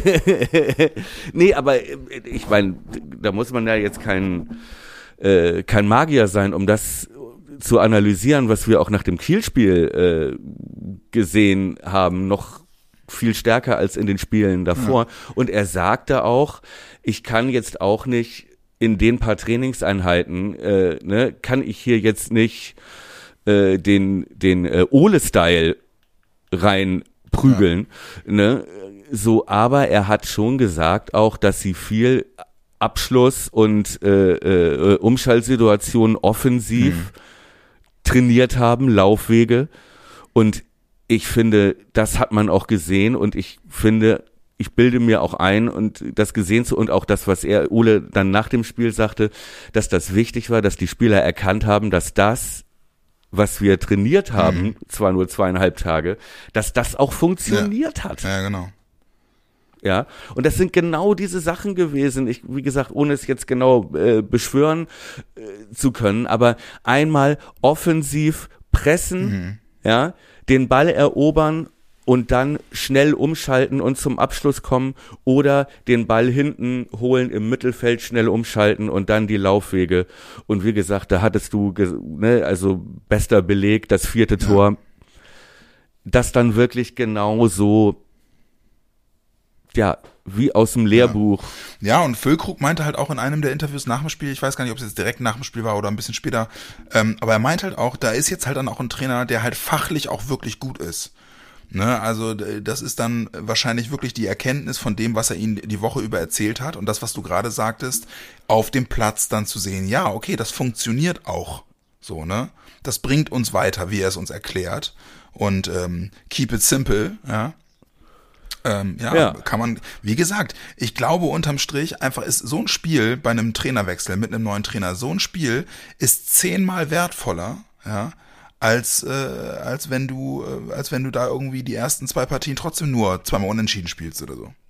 Nee, aber ich meine, da muss man ja jetzt kein, äh, kein Magier sein, um das zu analysieren, was wir auch nach dem Kiel-Spiel äh, gesehen haben, noch viel stärker als in den Spielen davor. Ja. Und er sagte auch, ich kann jetzt auch nicht in den paar Trainingseinheiten, äh, ne, kann ich hier jetzt nicht äh, den, den äh, Ole-Style rein prügeln, ja. ne, so, aber er hat schon gesagt auch, dass sie viel Abschluss und äh, äh, Umschaltsituationen offensiv hm. trainiert haben, Laufwege, und ich finde, das hat man auch gesehen, und ich finde, ich bilde mir auch ein, und das gesehen zu, und auch das, was er, Ole, dann nach dem Spiel sagte, dass das wichtig war, dass die Spieler erkannt haben, dass das, was wir trainiert haben, mhm. zwar nur zweieinhalb Tage, dass das auch funktioniert ja. hat. Ja, genau. Ja, und das sind genau diese Sachen gewesen, ich, wie gesagt, ohne es jetzt genau äh, beschwören äh, zu können, aber einmal offensiv pressen, mhm. ja, den Ball erobern und dann schnell umschalten und zum Abschluss kommen, oder den Ball hinten holen, im Mittelfeld schnell umschalten und dann die Laufwege. Und wie gesagt, da hattest du, ne, also bester Beleg, das vierte ja. Tor, das dann wirklich genau so, ja, wie aus dem Lehrbuch. Ja. ja, und Füllkrug meinte halt auch in einem der Interviews nach dem Spiel, ich weiß gar nicht, ob es jetzt direkt nach dem Spiel war oder ein bisschen später, ähm, aber er meint halt auch, da ist jetzt halt dann auch ein Trainer, der halt fachlich auch wirklich gut ist. Ne, also das ist dann wahrscheinlich wirklich die Erkenntnis von dem, was er ihnen die Woche über erzählt hat, und das, was du gerade sagtest, auf dem Platz dann zu sehen, ja, okay, das funktioniert auch so, ne? Das bringt uns weiter, wie er es uns erklärt, und ähm, keep it simple, ja. Ähm, ja, ja, kann man, wie gesagt, ich glaube unterm Strich einfach ist so ein Spiel bei einem Trainerwechsel mit einem neuen Trainer, so ein Spiel ist zehnmal wertvoller, ja, als äh, als wenn du äh, als wenn du da irgendwie die ersten zwei Partien trotzdem nur zweimal unentschieden spielst oder so.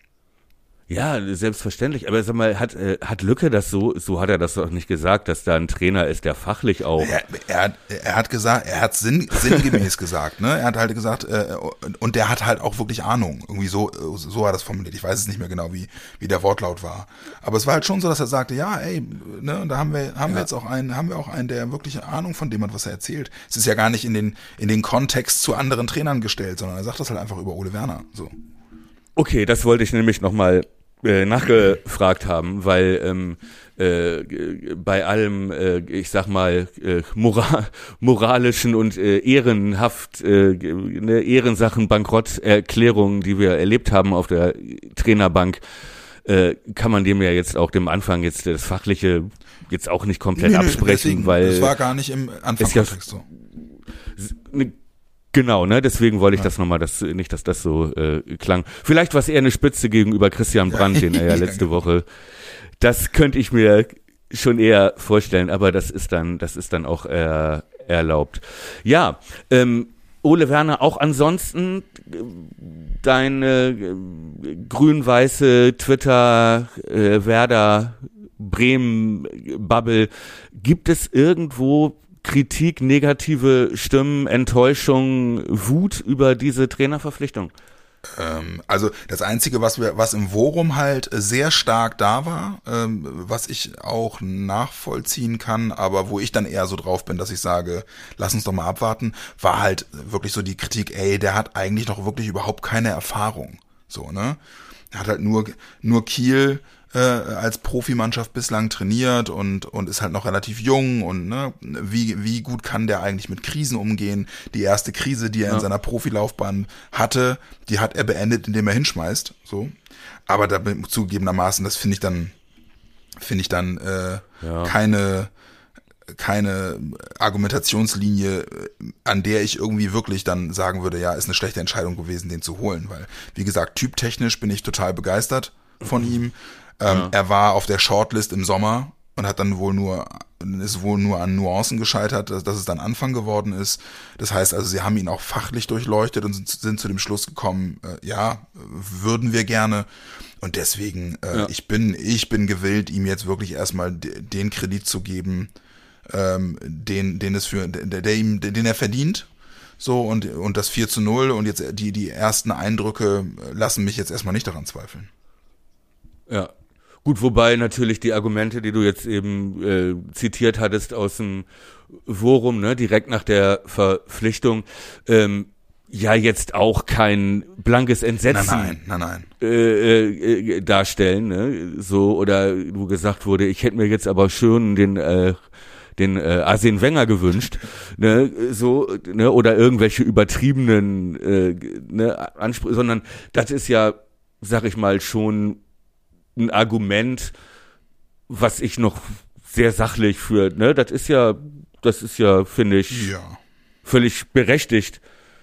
Ja, selbstverständlich. Aber sag mal, hat äh, hat Lücke das so, so hat er das doch nicht gesagt, dass da ein Trainer ist, der fachlich auch... Er, er, er hat gesagt, er hat sinn, sinngemäß gesagt, ne? Er hat halt gesagt, äh, und der hat halt auch wirklich Ahnung. Irgendwie so, so hat er das formuliert. Ich weiß es nicht mehr genau, wie wie der Wortlaut war. Aber es war halt schon so, dass er sagte, ja, ey, ne, da haben wir haben ja. wir jetzt auch einen, haben wir auch einen, der wirklich Ahnung von dem hat, was er erzählt. Es ist ja gar nicht in den in den Kontext zu anderen Trainern gestellt, sondern er sagt das halt einfach über Ole Werner. So. Okay, das wollte ich nämlich nochmal äh, nachgefragt haben, weil ähm, äh, bei allem, äh, ich sag mal, äh, mora- moralischen und äh, ehrenhaft, äh, ne, Ehrensachen, Bankrotterklärungen, die wir erlebt haben auf der Trainerbank, äh, kann man dem ja jetzt auch dem Anfang jetzt das Fachliche jetzt auch nicht komplett nee, absprechen, deswegen, weil... Das war gar nicht im Anfangskontext so. Ne, Genau, ne, deswegen wollte ich ja. das nochmal, das, nicht, dass das so äh, klang. Vielleicht war es eher eine Spitze gegenüber Christian Brandt, den er ja letzte Woche, das könnte ich mir schon eher vorstellen, aber das ist dann, das ist dann auch äh, erlaubt. Ja, ähm, Ole Werner, auch ansonsten deine äh, grün-weiße Twitter, äh, Werder, Bremen-Bubble, gibt es irgendwo Kritik, negative Stimmen, Enttäuschung, Wut über diese Trainerverpflichtung? Ähm, also das Einzige, was wir, was im Forum halt sehr stark da war, ähm, was ich auch nachvollziehen kann, aber wo ich dann eher so drauf bin, dass ich sage, lass uns doch mal abwarten, war halt wirklich so die Kritik, ey, der hat eigentlich noch wirklich überhaupt keine Erfahrung. So, ne? Er hat halt nur, nur Kiel äh, als Profimannschaft bislang trainiert und, und ist halt noch relativ jung und ne, wie, wie gut kann der eigentlich mit Krisen umgehen? Die erste Krise, die er ja. in seiner Profilaufbahn hatte, die hat er beendet, indem er hinschmeißt. So. Aber da zugegebenermaßen, das finde ich dann, finde ich dann äh, ja. keine keine Argumentationslinie, an der ich irgendwie wirklich dann sagen würde, ja, ist eine schlechte Entscheidung gewesen, den zu holen, weil, wie gesagt, typtechnisch bin ich total begeistert von ihm. Ähm, ja. Er war auf der Shortlist im Sommer und hat dann wohl nur, ist wohl nur an Nuancen gescheitert, dass, dass es dann Anfang geworden ist. Das heißt also, sie haben ihn auch fachlich durchleuchtet und sind, sind zu dem Schluss gekommen, äh, ja, würden wir gerne. Und deswegen, äh, ja. ich bin, ich bin gewillt, ihm jetzt wirklich erstmal d- den Kredit zu geben, ähm, den, den es für, der, der ihm, den er verdient. So, und, und das vier zu null und jetzt die, die ersten Eindrücke lassen mich jetzt erstmal nicht daran zweifeln. Ja. Gut, wobei natürlich die Argumente, die du jetzt eben äh, zitiert hattest aus dem Forum, ne, direkt nach der Verpflichtung, ähm, ja jetzt auch kein blankes Entsetzen nein, nein, nein, nein. Äh, äh, darstellen, ne, so, oder wo gesagt wurde, ich hätte mir jetzt aber schön den äh, den äh, Arsene Wenger gewünscht, ne, so, ne, oder irgendwelche übertriebenen äh, ne, Ansprüche, sondern das ist ja, sag ich mal, schon ein Argument, was ich noch sehr sachlich für, ne, das ist ja, das ist ja, finde ich, ja. völlig berechtigt,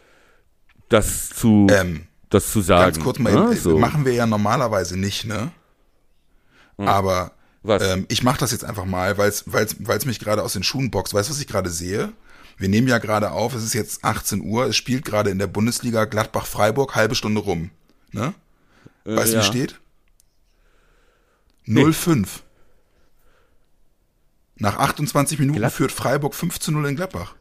das zu, ähm, das zu sagen. Ganz kurz mal, ne? eben, so. machen wir ja normalerweise nicht, ne? Hm. Aber Was? Ähm, ich mache das jetzt einfach mal, weil es mich gerade aus den Schuhen boxt. Weißt du, was ich gerade sehe? Wir nehmen ja gerade auf, es ist jetzt achtzehn Uhr, es spielt gerade in der Bundesliga Gladbach-Freiburg, halbe Stunde rum. Ne? Weißt du, äh, ja. wie steht? null fünf. Nach achtundzwanzig Minuten Glad- führt Freiburg fünf zu null in Gladbach.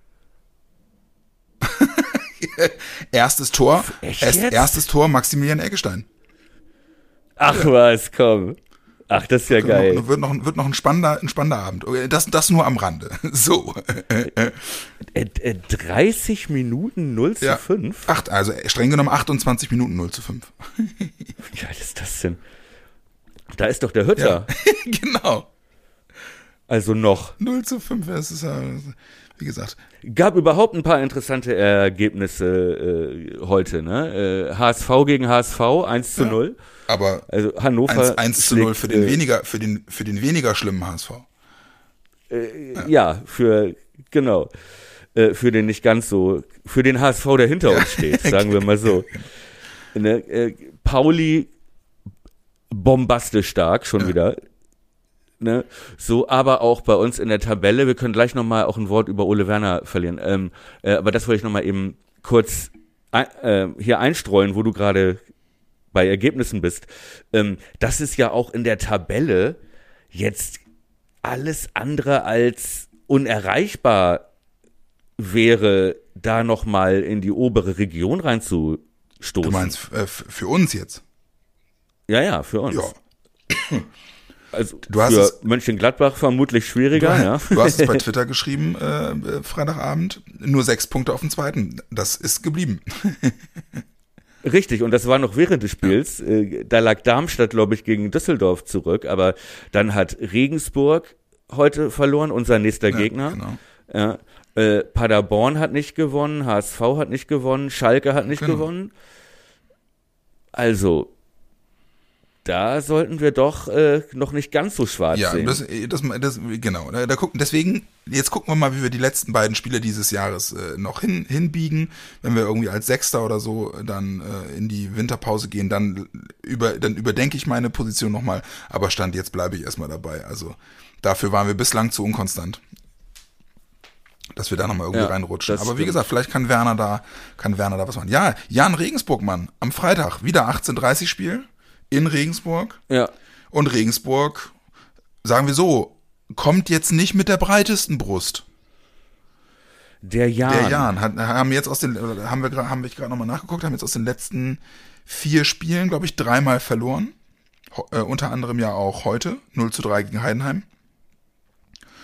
Erstes Tor, Echt erst, jetzt? erstes Tor Maximilian Eggestein. Ach was, komm. Ach, das ist ja geil. Noch, wird, noch, wird noch ein spannender, ein spannender Abend. Das, das nur am Rande. So. Äh, äh, dreißig Minuten null zu fünf? Ja, acht, also streng genommen achtundzwanzig Minuten null zu fünf. Wie geil ist das denn? Da ist doch der Hütter. Ja, genau. Also noch. null zu fünf, das ist ja, wie gesagt. Gab überhaupt ein paar interessante Ergebnisse äh, heute, ne? Äh, H S V gegen H S V, eins zu null. Ja. Aber also Hannover eins zu null für den äh, weniger, für den, für den weniger schlimmen H S V. Äh, ja. ja, für, genau, äh, für den nicht ganz so, für den H S V, der hinter ja. uns steht, sagen wir mal so. Ne, äh, Pauli bombastisch stark, schon ja. wieder. Ne, so, aber auch bei uns in der Tabelle, wir können gleich nochmal auch ein Wort über Ole Werner verlieren, ähm, äh, aber das wollte ich nochmal eben kurz ein, äh, hier einstreuen, wo du gerade bei Ergebnissen bist. Ähm, das ist ja auch in der Tabelle jetzt alles andere als unerreichbar wäre, da nochmal in die obere Region reinzustoßen. Du meinst äh, für uns jetzt? Ja, ja, für uns. Ja. Also du hast für es, Mönchengladbach vermutlich schwieriger. Du, ja. du hast es bei Twitter geschrieben, äh, Freitagabend, nur sechs Punkte auf dem zweiten. Das ist geblieben. Richtig, und das war noch während des Spiels. Ja. Da lag Darmstadt, glaube ich, gegen Düsseldorf zurück, aber dann hat Regensburg heute verloren, unser nächster ja, Gegner. Genau. Ja. Äh, Paderborn hat nicht gewonnen, H S V hat nicht gewonnen, Schalke hat nicht genau. gewonnen. Also, da sollten wir doch äh, noch nicht ganz so schwarz ja, sehen. Das, das, das, genau. Da, da gucken, deswegen, jetzt gucken wir mal, wie wir die letzten beiden Spiele dieses Jahres äh, noch hin, hinbiegen. Wenn wir irgendwie als Sechster oder so dann äh, in die Winterpause gehen, dann, über, dann überdenke ich meine Position nochmal. Aber Stand jetzt bleibe ich erstmal dabei. Also dafür waren wir bislang zu unkonstant, dass wir da nochmal irgendwie ja, reinrutschen. Aber stimmt. Wie gesagt, vielleicht kann Werner da, kann Werner da was machen. Ja, Jan Regensburg, Mann, am Freitag wieder achtzehn Uhr dreißig Spiel. In Regensburg. Ja. Und Regensburg, sagen wir so, kommt jetzt nicht mit der breitesten Brust. Der Jan. Der Jan. Hat, haben jetzt aus den, haben wir, haben wir gerade nochmal nachgeguckt, haben jetzt aus den letzten vier Spielen, glaube ich, dreimal verloren. Äh, unter anderem ja auch heute, null zu drei gegen Heidenheim.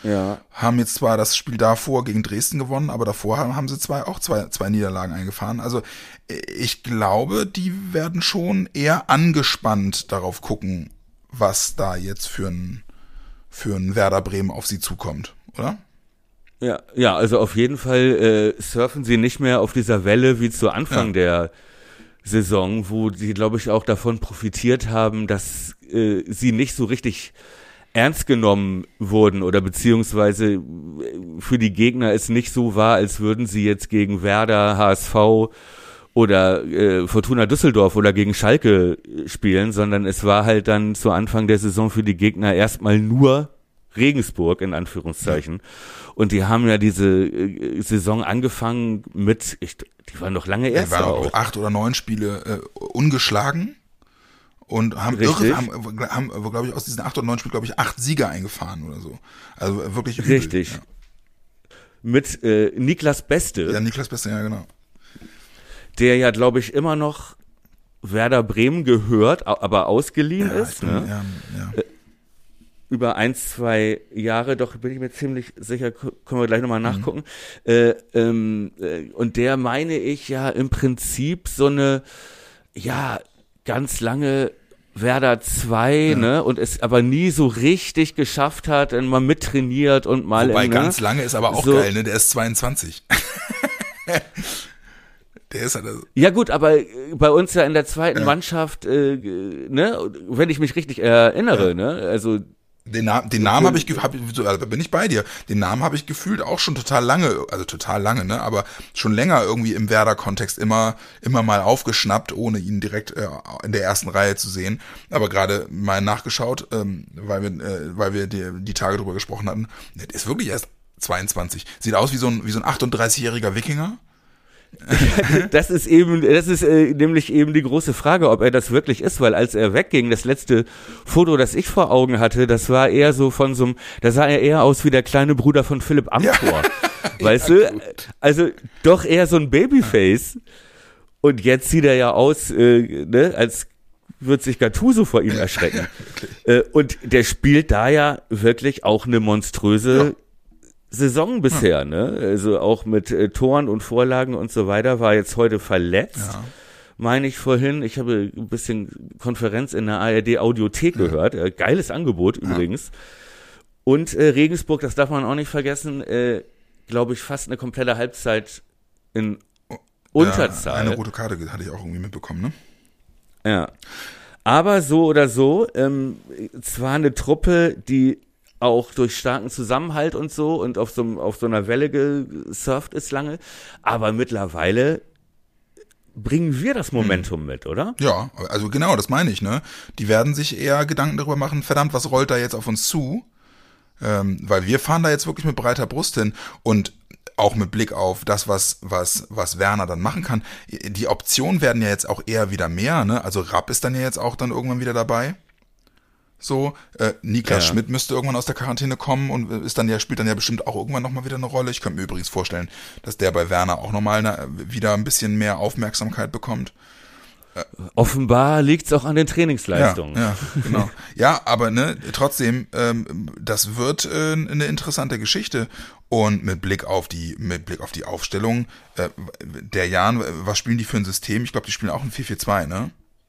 Ja. Haben jetzt zwar das Spiel davor gegen Dresden gewonnen, aber davor haben, haben sie zwei, auch zwei, zwei Niederlagen eingefahren. Also ich glaube, die werden schon eher angespannt darauf gucken, was da jetzt für ein, für ein Werder Bremen auf sie zukommt, oder? Ja, ja, also auf jeden Fall äh, surfen sie nicht mehr auf dieser Welle wie zu Anfang ja. der Saison, wo sie, glaube ich, auch davon profitiert haben, dass äh, sie nicht so richtig ernst genommen wurden oder beziehungsweise für die Gegner es nicht so war, als würden sie jetzt gegen Werder, H S V oder äh, Fortuna Düsseldorf oder gegen Schalke spielen, sondern es war halt dann zu Anfang der Saison für die Gegner erstmal nur Regensburg in Anführungszeichen. Und die haben ja diese äh, Saison angefangen mit, ich, die waren noch lange Erster ja, auch. Acht oder neun Spiele äh, ungeschlagen. Und haben, irre, haben, haben glaube ich, aus diesen acht oder neun Spielen, glaube ich, acht Sieger eingefahren oder so. Also wirklich übel. Richtig. Ja. Mit äh, Niklas Beste. Ja, Niklas Beste, ja, genau. Der ja, glaube ich, immer noch Werder Bremen gehört, aber ausgeliehen ja, ist. Bin, ne? ja, ja. Äh, über ein, zwei Jahre, doch bin ich mir ziemlich sicher, können wir gleich nochmal nachgucken. Mhm. Äh, ähm, äh, und der, meine ich, ja im Prinzip so eine, ja, ganz lange Werder zwei, ja. ne, und es aber nie so richtig geschafft hat, und mal mittrainiert und mal. Wobei in, ne? ganz ne? lange ist aber auch so, geil, ne, der ist zweiundzwanzig. Der ist halt also ja gut, aber bei uns ja in der zweiten ja. Mannschaft, äh, ne, wenn ich mich richtig erinnere, ja. ne, also Den, Na- den Namen habe ich, hab, also bin ich bei dir. Den Namen habe ich gefühlt auch schon total lange, also total lange, ne, aber schon länger irgendwie im Werder-Kontext immer, immer mal aufgeschnappt, ohne ihn direkt äh, in der ersten Reihe zu sehen. Aber gerade mal nachgeschaut, ähm, weil wir, äh, weil wir die, die Tage drüber gesprochen hatten. Der ist wirklich erst zweiundzwanzig. Sieht aus wie so ein, wie so ein achtunddreißigjähriger Wikinger. Das ist eben, das ist äh, nämlich eben die große Frage, ob er das wirklich ist, weil als er wegging, das letzte Foto, das ich vor Augen hatte, das war eher so von so einem, da sah er eher aus wie der kleine Bruder von Philipp Amthor, ja. weißt ja, du? Gut. Also doch eher so ein Babyface. Und jetzt sieht er ja aus, äh, ne, als wird sich Gattuso vor ihm erschrecken. Ja, äh, und der spielt da ja wirklich auch eine monströse ja. Saison bisher, ja. ne? Also auch mit äh, Toren und Vorlagen und so weiter, war jetzt heute verletzt, ja. meine ich vorhin. Ich habe ein bisschen Konferenz in der A R D Audiothek ja. gehört. Äh, geiles Angebot ja. übrigens. Und äh, Regensburg, das darf man auch nicht vergessen, äh, glaube ich, fast eine komplette Halbzeit in Unterzahl. Ja, eine rote Karte hatte ich auch irgendwie mitbekommen, ne? Ja. Aber so oder so, ähm, zwar eine Truppe, die auch durch starken Zusammenhalt und so und auf so, auf so einer Welle gesurft ist lange, aber mittlerweile bringen wir das Momentum hm. mit, oder? Ja, also genau, das meine ich, ne? Die werden sich eher Gedanken darüber machen, verdammt, was rollt da jetzt auf uns zu? Ähm, weil wir fahren da jetzt wirklich mit breiter Brust hin und auch mit Blick auf das, was, was, was Werner dann machen kann. Die Optionen werden ja jetzt auch eher wieder mehr, ne? Also Rapp ist dann ja jetzt auch dann irgendwann wieder dabei. So, äh, Niklas ja. Schmidt müsste irgendwann aus der Quarantäne kommen und ist dann ja, spielt dann ja bestimmt auch irgendwann nochmal wieder eine Rolle. Ich könnte mir übrigens vorstellen, dass der bei Werner auch nochmal eine, wieder ein bisschen mehr Aufmerksamkeit bekommt. Äh, Offenbar liegt's auch an den Trainingsleistungen. Ja, ja genau. Ja, aber ne, trotzdem, ähm, das wird äh, eine interessante Geschichte. Und mit Blick auf die, mit Blick auf die Aufstellung, äh, der Jan, was spielen die für ein System? Ich glaube, die spielen auch ein vier vier zwei, ne?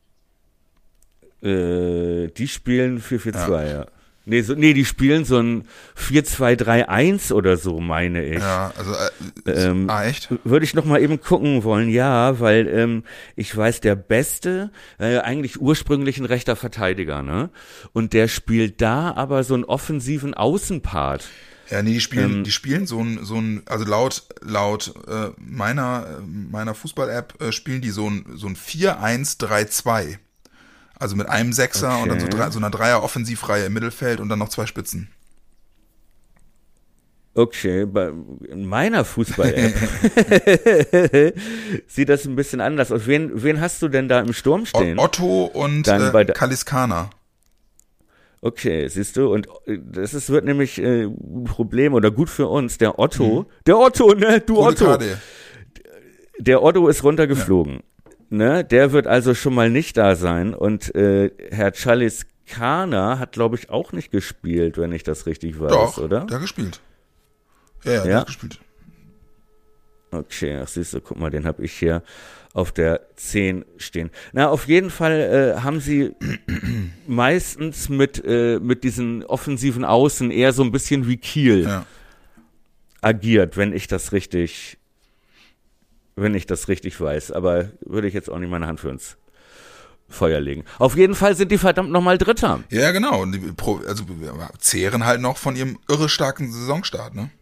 Äh, die spielen vier vier zwei, ja. ja. Nee, so, nee, die spielen so ein vier zwei drei eins oder so, meine ich. Ja, also, äh, ähm, ah, echt? Würde ich noch mal eben gucken wollen, ja, weil ähm, ich weiß, der Beste, äh, eigentlich ursprünglich ein rechter Verteidiger, ne? Und der spielt da aber so einen offensiven Außenpart. Ja, nee, die spielen, ähm, die spielen so ein, so ein, also laut, laut äh, meiner, meiner Fußball-App äh, spielen die so ein, so ein vier eins drei zwei. Also mit einem Sechser okay. und dann so, drei, so einer Dreier-Offensivreihe im Mittelfeld und dann noch zwei Spitzen. Okay, bei in meiner Fußball-App sieht das ein bisschen anders aus. Wen, wen hast du denn da im Sturm stehen? Otto und äh, Kaliskana. Okay, siehst du, und das ist, wird nämlich äh, ein Problem oder gut für uns. Der Otto, hm. der Otto, ne, du Gute Otto. Karte. Der Otto ist runtergeflogen. Ja. Ne, der wird also schon mal nicht da sein und äh, Herr Chalis Kana hat, glaube ich, auch nicht gespielt, wenn ich das richtig weiß, Doch, oder? der hat gespielt. Ja, ja, der Ja? hat gespielt. Okay, ach siehst du, guck mal, den habe ich hier auf der zehn stehen. Na, auf jeden Fall äh, haben sie meistens mit, äh, mit diesen offensiven Außen eher so ein bisschen wie Kiel Ja. agiert, wenn ich das richtig, wenn ich das richtig weiß. Aber würde ich jetzt auch nicht meine Hand für ins Feuer legen. Auf jeden Fall sind die verdammt nochmal Dritter. Ja, genau. Und die Pro, also wir zehren halt noch von ihrem irre starken Saisonstart, ne?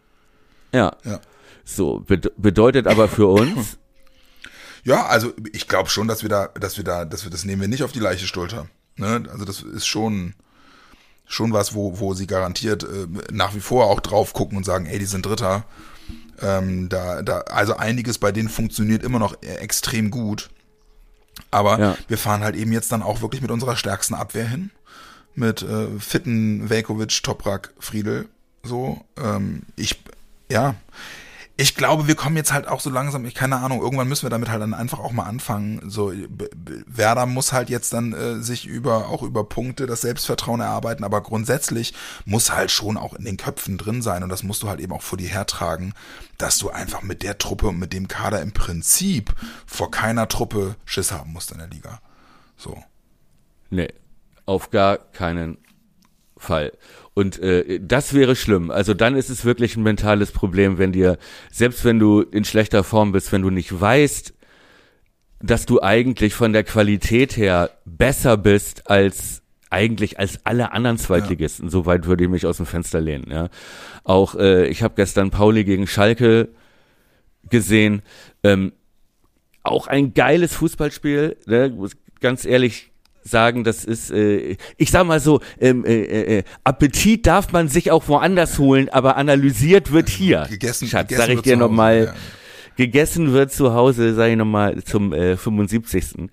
Ja. Ja. So, bede- bedeutet aber für uns, Ja, also ich glaube schon, dass wir da, dass wir da, dass wir das nehmen wir nicht auf die leichte Schulter. Ne? Also das ist schon, schon was, wo, wo sie garantiert äh, nach wie vor auch drauf gucken und sagen, ey, die sind Dritter. Ähm, da, da, also einiges bei denen funktioniert immer noch äh, extrem gut. Aber Ja. wir fahren halt eben jetzt dann auch wirklich mit unserer stärksten Abwehr hin. Mit äh, fitten Veljkovic, Toprak, Friedel. So, ähm, ich, ja. Ich glaube, wir kommen jetzt halt auch so langsam, ich keine Ahnung, irgendwann müssen wir damit halt dann einfach auch mal anfangen. So, B- B- Werder muss halt jetzt dann äh, sich über, auch über Punkte das Selbstvertrauen erarbeiten, aber grundsätzlich muss halt schon auch in den Köpfen drin sein und das musst du halt eben auch vor dir hertragen, dass du einfach mit der Truppe und mit dem Kader im Prinzip vor keiner Truppe Schiss haben musst in der Liga. So. nee, auf gar keinen Fall. Und äh, das wäre schlimm. Also dann ist es wirklich ein mentales Problem, wenn dir, selbst wenn du in schlechter Form bist, wenn du nicht weißt, dass du eigentlich von der Qualität her besser bist als eigentlich als alle anderen Zweitligisten. Ja. Soweit würde ich mich aus dem Fenster lehnen. Ja. Auch äh, ich habe gestern Pauli gegen Schalke gesehen. Ähm, auch ein geiles Fußballspiel. Ne? Muss ganz ehrlich sagen, das ist, äh, ich sag mal so, ähm, äh, äh, Appetit darf man sich auch woanders holen, aber analysiert wird hier. Gegessen, Schatz, gegessen sag ich wird dir zu Hause, nochmal, ja. gegessen wird zu Hause, sag ich nochmal, zum äh, fünfundsiebzigsten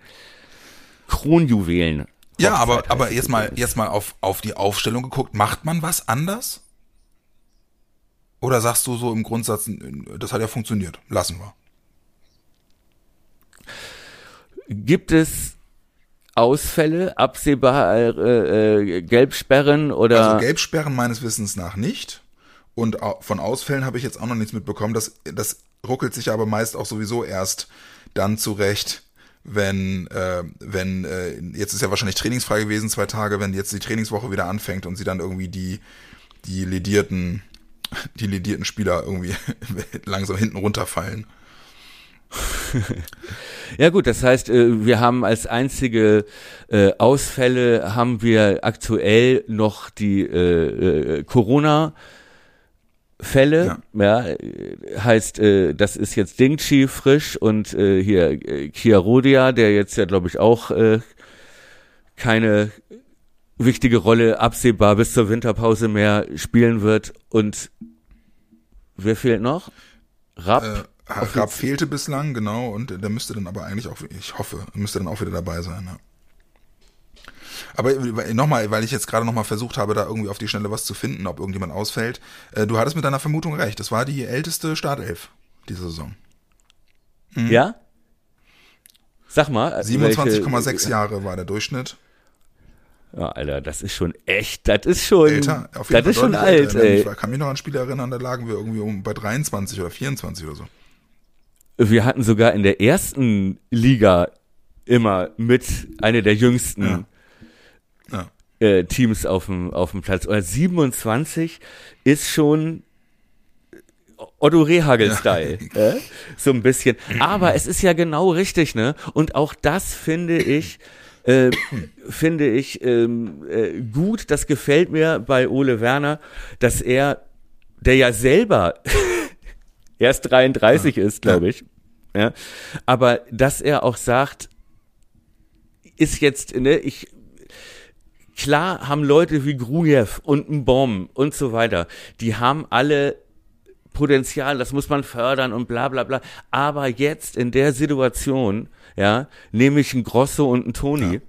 Kronjuwelen. Ja, Hochzeit aber, heißt aber es jetzt mal, übrigens. jetzt mal auf, auf die Aufstellung geguckt. Macht man was anders? Oder sagst du so im Grundsatz, das hat ja funktioniert, lassen wir? Gibt es Ausfälle, absehbar äh, äh, Gelbsperren oder? Also Gelbsperren meines Wissens nach nicht. Und au- von Ausfällen habe ich jetzt auch noch nichts mitbekommen. Das, das ruckelt sich aber meist auch sowieso erst dann zurecht, wenn, äh, wenn äh, jetzt ist ja wahrscheinlich trainingsfrei gewesen, zwei Tage, wenn jetzt die Trainingswoche wieder anfängt und sie dann irgendwie die, die ledierten, die ledierten Spieler irgendwie langsam hinten runterfallen. Ja gut, das heißt, äh, wir haben als einzige äh, Ausfälle haben wir aktuell noch die äh, äh, Corona-Fälle. Ja. äh, heißt, äh, das ist jetzt Dingchi frisch und äh, hier äh, Chiarodia, der jetzt ja glaube ich auch äh, keine wichtige Rolle absehbar bis zur Winterpause mehr spielen wird. Und wer fehlt noch? Rapp. Äh, Rapp fehlte bislang, genau, und der müsste dann aber eigentlich auch, ich hoffe, müsste dann auch wieder dabei sein, ja. Aber nochmal, weil ich jetzt gerade nochmal versucht habe, da irgendwie auf die Schnelle was zu finden, ob irgendjemand ausfällt. Äh, du hattest mit deiner Vermutung recht, das war die älteste Startelf dieser Saison. Mhm. Ja? Sag mal. siebenundzwanzig Komma sechs welche, Jahre war der Durchschnitt. Ja, Alter, das ist schon echt, das ist schon, Älter, auf jeden das Fall ist schon deutlich alt, älter. ey. Ich kann mich noch an Spiele erinnern, da lagen wir irgendwie um bei dreiundzwanzig oder vierundzwanzig oder so. Wir hatten sogar in der ersten Liga immer mit einer der jüngsten Ja. äh, Teams auf dem auf dem Platz. Oder siebenundzwanzig ist schon Otto Rehagel-Style, äh? so ein bisschen. Aber es ist ja genau richtig, ne? Und auch das finde ich, äh, finde ich ähm, äh, gut. Das gefällt mir bei Ole Werner, dass er, der ja selber erst dreiunddreißig ist, glaube ich. Ja. Aber dass er auch sagt, ist jetzt, ne, ich, klar haben Leute wie Grujew und Mbom und so weiter, die haben alle Potenzial, das muss man fördern und bla bla bla. Aber jetzt in der Situation, ja, nehme ich einen Grosso und einen Toni. Ja.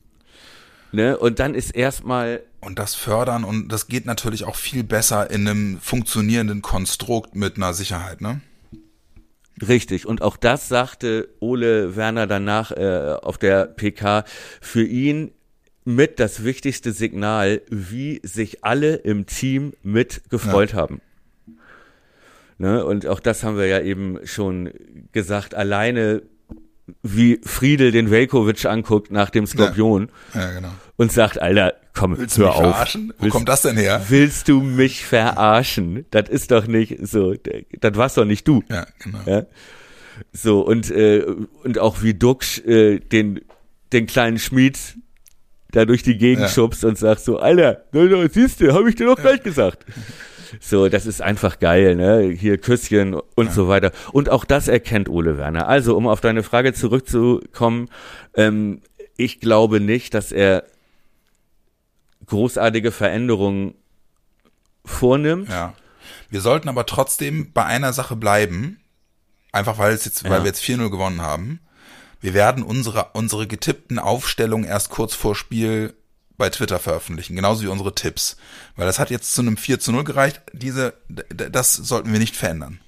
Ne, und dann ist erstmal. Und das fördern, und das geht natürlich auch viel besser in einem funktionierenden Konstrukt mit einer Sicherheit, ne? Richtig, und auch das sagte Ole Werner danach äh, auf der P K. Für ihn mit das wichtigste Signal, wie sich alle im Team mit gefreut ja. haben. Ne? Und auch das haben wir ja eben schon gesagt, alleine wie Friedel den Veljkovic anguckt nach dem Skorpion ja. Ja, genau. und sagt, Alter, komm, willst hör du mich auf. Verarschen? Wo willst, kommt das denn her? Willst du mich verarschen? Das ist doch nicht so, das warst doch nicht du. Ja, genau. Ja? So, und, äh, und auch wie Duxch äh, den, den kleinen Schmied da durch die Gegend ja. schubst und sagt so, Alter, siehst du, hab ich dir doch ja. gleich gesagt. So, das ist einfach geil, ne? Hier Küsschen und ja. so weiter. Und auch das erkennt Ole Werner. Also, um auf deine Frage zurückzukommen, ähm, ich glaube nicht, dass er großartige Veränderungen vornimmt. Ja. Wir sollten aber trotzdem bei einer Sache bleiben, einfach weil es jetzt, ja. weil wir jetzt vier null gewonnen haben. Wir werden unsere, unsere getippten Aufstellungen erst kurz vor Spiel bei Twitter veröffentlichen, genauso wie unsere Tipps. Weil das hat jetzt zu einem vier zu null gereicht. Diese, das sollten wir nicht verändern.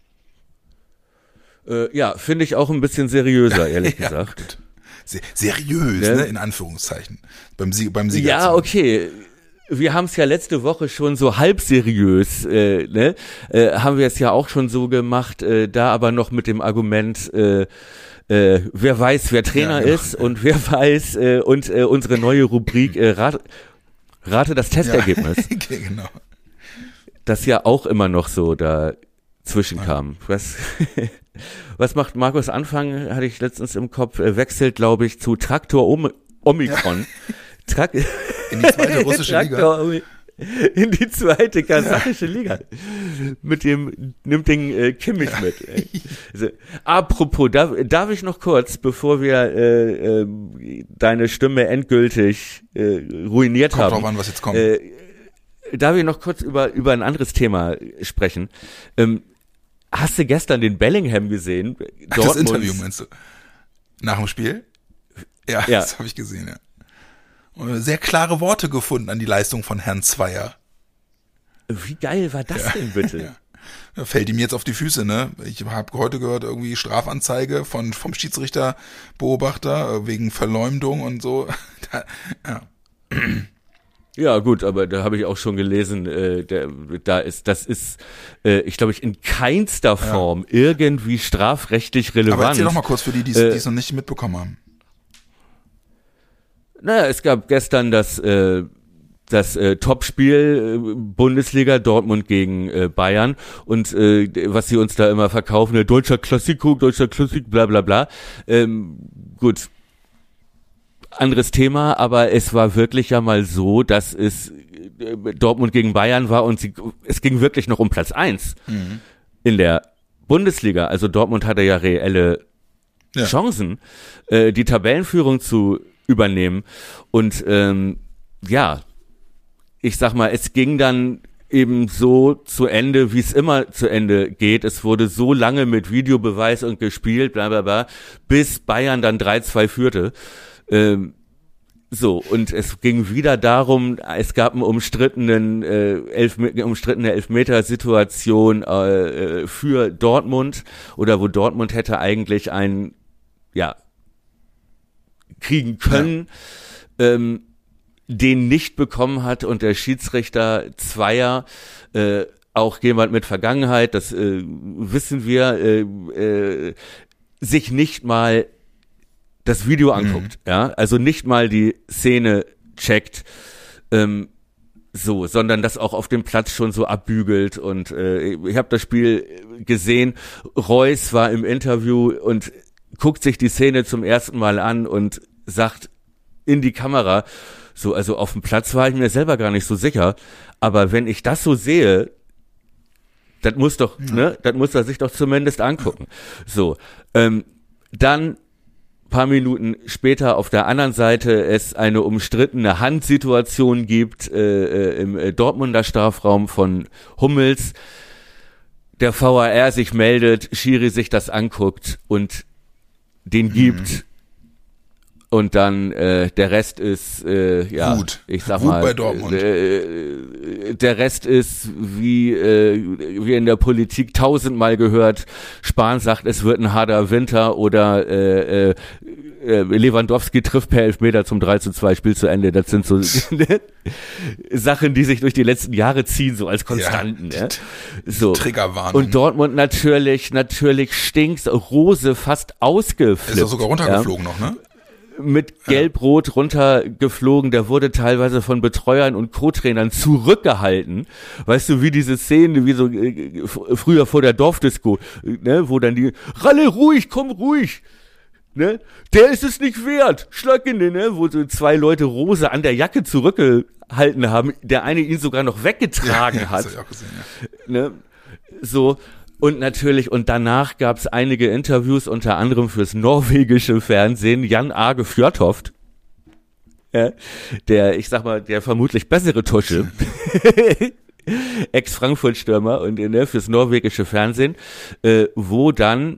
Äh, ja, finde ich auch ein bisschen seriöser, ehrlich ja, gesagt. Gut. Se- seriös, ja. ne, in Anführungszeichen. Beim Sieg, beim Sieger. Ja, okay. Wir haben es ja letzte Woche schon so halb seriös, äh, ne? Äh, haben wir es ja auch schon so gemacht, äh, da aber noch mit dem Argument, äh, äh, wer weiß, wer Trainer ja, genau. ist und wer weiß, äh, und äh, unsere neue Rubrik äh, Rat, Rate das Testergebnis. Ja, okay, genau. Das ja auch immer noch so dazwischen ja. kam. Was, was macht Markus Anfang, hatte ich letztens im Kopf, äh, wechselt, glaube ich, zu Traktor Om- Omikron. Ja. Trak- in die zweite russische Liga. In die zweite kasachische Liga. Mit dem, nimmt den äh, Kimmich ja. mit. Ey. Also, apropos, darf, darf ich noch kurz, bevor wir äh, äh, deine Stimme endgültig äh, ruiniert kommt haben. Kommt drauf an, was jetzt kommt. Äh, darf ich noch kurz über, über ein anderes Thema sprechen? Ähm, hast du gestern den Bellingham gesehen? Ach, das Interview meinst du? Nach dem Spiel? Ja, ja. Das habe ich gesehen, ja. Sehr klare Worte gefunden an die Leistung von Herrn Zweier. Wie geil war das ja. denn bitte? Ja. Fällt ihm jetzt auf die Füße, ne? Ich habe heute gehört, irgendwie Strafanzeige von vom Schiedsrichterbeobachter wegen Verleumdung und so. Da, ja. Ja, gut, aber da habe ich auch schon gelesen, äh, der, da ist, das ist, äh, ich glaube, ich in keinster Form ja. irgendwie strafrechtlich relevant. Aber erzähl doch mal kurz für die, die äh, es noch nicht mitbekommen haben. Naja, es gab gestern das, äh, das äh, Topspiel äh, Bundesliga Dortmund gegen äh, Bayern und äh, was sie uns da immer verkaufen, äh, deutscher Klassiko, deutscher Klassik, bla bla bla. Ähm, gut, anderes Thema, aber es war wirklich ja mal so, dass es äh, Dortmund gegen Bayern war und sie, es ging wirklich noch um Platz eins mhm. in der Bundesliga. Also Dortmund hatte ja reelle ja. Chancen, äh, die Tabellenführung zu übernehmen und ähm, ja, ich sag mal, es ging dann eben so zu Ende, wie es immer zu Ende geht. Es wurde so lange mit Videobeweis und gespielt, bla bla bla, bis Bayern dann drei zwei führte. Ähm, so, und es ging wieder darum, es gab eine umstrittenen, äh, Elf, umstrittene Elfmeter-Situation äh, für Dortmund, oder wo Dortmund hätte eigentlich einen, ja, kriegen können, ja. ähm, den nicht bekommen hat und der Schiedsrichter Zweier, äh, auch jemand mit Vergangenheit, das äh, wissen wir, äh, äh, sich nicht mal das Video anguckt, mhm. ja, also nicht mal die Szene checkt, ähm, so, sondern das auch auf dem Platz schon so abbügelt und äh, ich habe das Spiel gesehen, Reus war im Interview und guckt sich die Szene zum ersten Mal an und sagt in die Kamera, so, also auf dem Platz war ich mir selber gar nicht so sicher, aber wenn ich das so sehe, das muss doch, ja. ne, das muss er sich doch zumindest angucken. So, ähm, dann paar Minuten später auf der anderen Seite es eine umstrittene Handsituation gibt äh, im äh, Dortmunder Strafraum von Hummels, der V A R sich meldet, Schiri sich das anguckt und den gibt mhm. und dann äh, der Rest ist äh, ja Wut. ich sag Wut mal bei Dortmund. Äh, der Rest ist wie äh, wie in der Politik tausendmal gehört. Spahn sagt, es wird ein harter Winter oder äh, äh, Lewandowski trifft per Elfmeter zum drei zu zwei, Spiel zu Ende. Das sind so Sachen, die sich durch die letzten Jahre ziehen, so als Konstanten. Ja, die, so. Triggerwarnung. Und Dortmund natürlich, natürlich stinks, Rose fast ausgeflippt. Ist doch sogar runtergeflogen ja. noch, ne? Mit Gelb-Rot runtergeflogen, der wurde teilweise von Betreuern und Co-Trainern zurückgehalten. Weißt du, wie diese Szene, wie so äh, früher vor der Dorfdisco, ne, wo dann die, Ralle, ruhig, komm ruhig. Ne? Der ist es nicht wert. Schlag ihn, ne? Wo so zwei Leute Rose an der Jacke zurückgehalten haben, der eine ihn sogar noch weggetragen ja, ja, hat. Das hab ich auch gesehen, ja. Ne? So, und natürlich, und danach gab es einige Interviews, unter anderem fürs norwegische Fernsehen, Jan Age Fjørtoft, ja, der, ich sag mal, der vermutlich bessere Tusche, Ex-Frankfurt-Stürmer und ne, fürs norwegische Fernsehen, äh, wo dann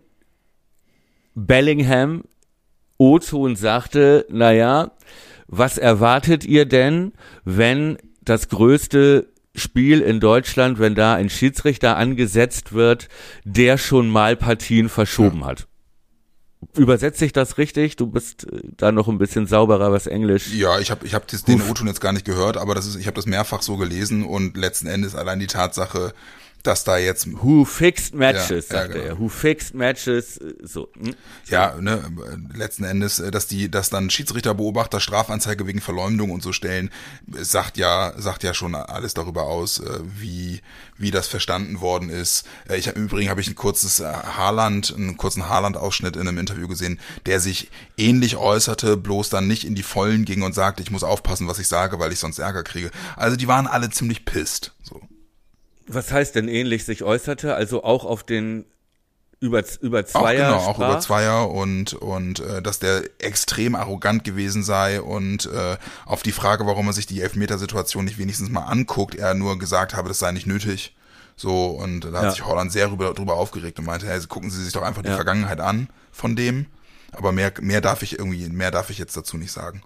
Bellingham O-Ton sagte, naja, was erwartet ihr denn, wenn das größte Spiel in Deutschland, wenn da ein Schiedsrichter angesetzt wird, der schon mal Partien verschoben ja. hat? Übersetze ich das richtig? Du bist da noch ein bisschen sauberer, was Englisch. Ja, ich habe ich hab den O-Ton jetzt gar nicht gehört, aber das ist, ich habe das mehrfach so gelesen und letzten Endes allein die Tatsache, dass da jetzt Who fixed matches, ja, sagte ja, genau. er. Who fixed matches, so. Hm? Ja, ne, letzten Endes, dass die, dass dann Schiedsrichterbeobachter Strafanzeige wegen Verleumdung und so stellen, sagt ja, sagt ja schon alles darüber aus, wie, wie das verstanden worden ist. Ich habe im Übrigen habe ich ein kurzes Haaland, einen kurzen Haaland-Ausschnitt in einem Interview gesehen, der sich ähnlich äußerte, bloß dann nicht in die Vollen ging und sagte, ich muss aufpassen, was ich sage, weil ich sonst Ärger kriege. Also die waren alle ziemlich pisst, so. Was heißt denn ähnlich sich äußerte? Also auch auf den über über Zweier auch, genau, auch über Zweier und und äh, dass der extrem arrogant gewesen sei und äh, auf die Frage, warum er sich die Elfmetersituation nicht wenigstens mal anguckt, er nur gesagt habe, das sei nicht nötig. So, und da hat ja. sich Holland sehr drüber, drüber aufgeregt und meinte, hey, gucken Sie sich doch einfach die ja. Vergangenheit an von dem. Aber mehr mehr darf ich irgendwie mehr darf ich jetzt dazu nicht sagen.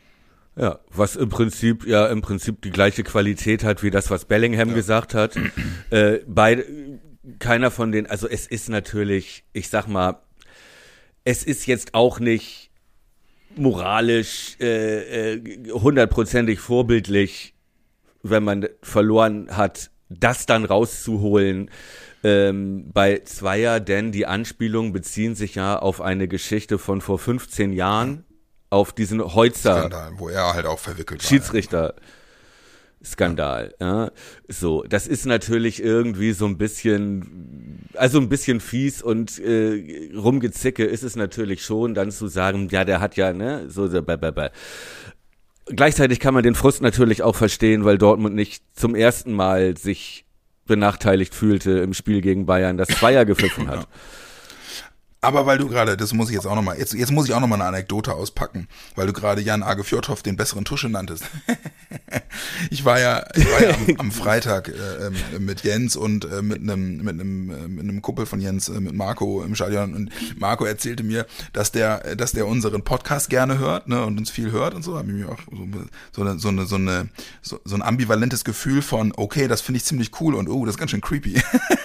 Ja, was im Prinzip ja im Prinzip die gleiche Qualität hat wie das, was Bellingham ja. gesagt hat. Äh, beide, keiner von den, also es ist natürlich, ich sag mal, es ist jetzt auch nicht moralisch äh, äh, hundertprozentig vorbildlich, wenn man verloren hat, das dann rauszuholen ähm, bei Zweier, denn die Anspielungen beziehen sich ja auf eine Geschichte von vor fünfzehn Jahren. Auf diesen Heutzer Skandal, wo er halt auch verwickelt war. Schiedsrichter Skandal, ja. ja. So, das ist natürlich irgendwie so ein bisschen, also ein bisschen fies und äh, rumgezicke ist es natürlich schon, dann zu sagen, ja, der hat ja, ne, so, so bäh, bäh, bäh. Gleichzeitig kann man den Frust natürlich auch verstehen, weil Dortmund nicht zum ersten Mal sich benachteiligt fühlte im Spiel gegen Bayern, das Zweier gepfiffen hat. Ja. Aber weil du gerade, das muss ich jetzt auch nochmal, jetzt, jetzt muss ich auch nochmal eine Anekdote auspacken, weil du gerade Jan Age Fjørtoft den besseren Tusche nanntest. ich war ja, ich war ja am, am Freitag äh, mit Jens und äh, mit einem mit einem äh, mit einem Kumpel von Jens, äh, mit Marco im Stadion, und Marco erzählte mir, dass der dass der unseren Podcast gerne hört, ne, und uns viel hört und so. Hab ich mir auch so, so eine so eine so eine so, so ein ambivalentes Gefühl von, okay, das finde ich ziemlich cool und oh, das ist ganz schön creepy.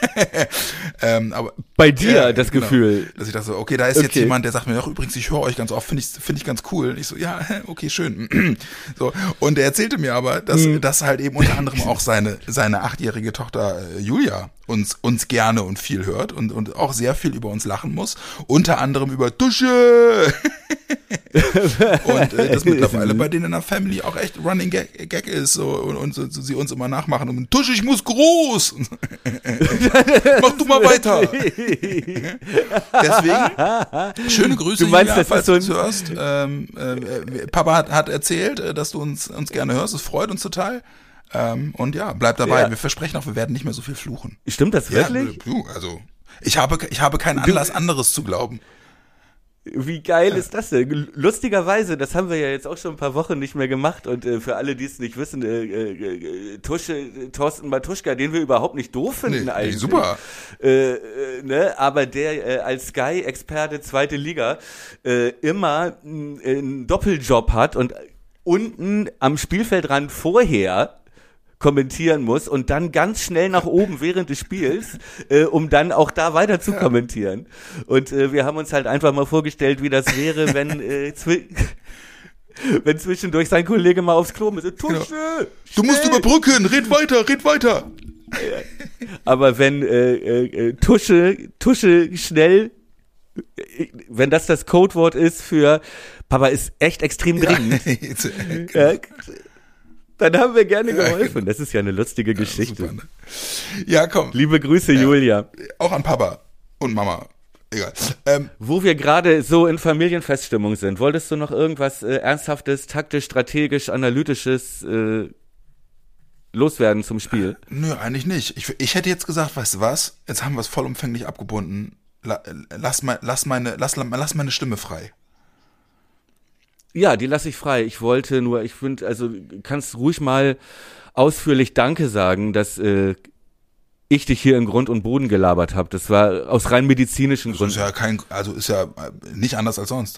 ähm, aber bei dir ja, das genau. Gefühl. Dass ich dachte so, okay, da ist okay. jetzt jemand, der sagt mir, ach, übrigens, ich höre euch ganz oft, finde ich, finde ich ganz cool. Und ich so, ja, okay, schön. so. Und er erzählte mir aber, dass, mhm. dass halt eben unter anderem auch seine, seine achtjährige Tochter äh, Julia uns, uns gerne und viel hört und, und auch sehr viel über uns lachen muss. Unter anderem über Dusche. und äh, das mittlerweile bei denen in der Family auch echt Running Gag, Gag ist, so, und, und so, so, sie uns immer nachmachen und Dusche, ich muss groß. Mach du mal weiter. Deswegen, schöne Grüße, du meinst, Julia, das falls ist so du es hörst. Ähm, äh, Papa hat, hat erzählt, äh, dass du uns, uns gerne hörst. Es freut uns total. Ähm, und ja, bleib dabei. Ja. Wir versprechen auch, wir werden nicht mehr so viel fluchen. Stimmt das wirklich? Ja, also, ich habe, ich habe keinen Anlass, anderes zu glauben. Wie geil ist das denn? Lustigerweise, das haben wir ja jetzt auch schon ein paar Wochen nicht mehr gemacht und äh, für alle, die es nicht wissen, äh, äh, Tusche, Thorsten Matuschka, den wir überhaupt nicht doof finden nee, eigentlich. Nee, super. Äh, äh, ne? Aber der äh, als Sky-Experte zweite Liga äh, immer einen Doppeljob hat und unten am Spielfeldrand vorher kommentieren muss und dann ganz schnell nach oben während des Spiels, äh, um dann auch da weiter zu kommentieren. Und äh, wir haben uns halt einfach mal vorgestellt, wie das wäre, wenn äh, zwi- wenn zwischendurch sein Kollege mal aufs Klo muss. Tusche! Genau. Du musst überbrücken, red weiter, red weiter. Aber wenn äh, äh, Tusche, Tusche schnell, äh, wenn das das Codewort ist für Papa ist echt extrem dringend, ja, äh, dann haben wir gerne geholfen. Das ist ja eine lustige Geschichte. Ja, super, ne? Ja, komm. Liebe Grüße, ja, Julia. Auch an Papa und Mama. Egal. Ähm, Wo wir gerade so in Familienfeststimmung sind, wolltest du noch irgendwas äh, Ernsthaftes, taktisch, strategisch, analytisches äh, loswerden zum Spiel? Nö, eigentlich nicht. Ich, ich hätte jetzt gesagt, weißt du was? Jetzt haben wir es vollumfänglich abgebunden. La, lass, mein, lass, meine, lass, lass meine Stimme frei. Ja, die lasse ich frei. Ich wollte nur, ich finde, also kannst ruhig mal ausführlich Danke sagen, dass äh, ich dich hier in Grund und Boden gelabert habe. Das war aus rein medizinischen Das Gründen. ist ja kein, also ist ja nicht anders als sonst.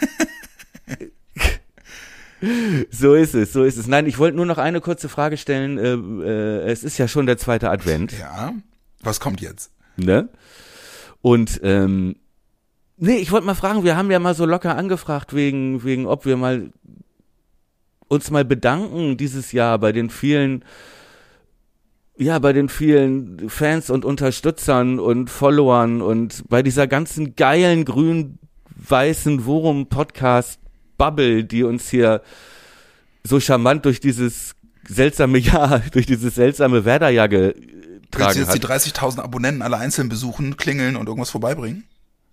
So ist es, so ist es. Nein, ich wollte nur noch eine kurze Frage stellen. Äh, äh, es ist ja schon der zweite Advent. Ja, was kommt jetzt? Ne? Und ähm, nee, ich wollte mal fragen, wir haben ja mal so locker angefragt, wegen, wegen, ob wir mal uns mal bedanken dieses Jahr bei den vielen, ja, bei den vielen Fans und Unterstützern und Followern und bei dieser ganzen geilen grün-weißen Worum-Podcast-Bubble, die uns hier so charmant durch dieses seltsame Jahr, durch dieses seltsame Werderjahr getragen Willst du jetzt hat. die dreißigtausend Abonnenten alle einzeln besuchen, klingeln und irgendwas vorbeibringen?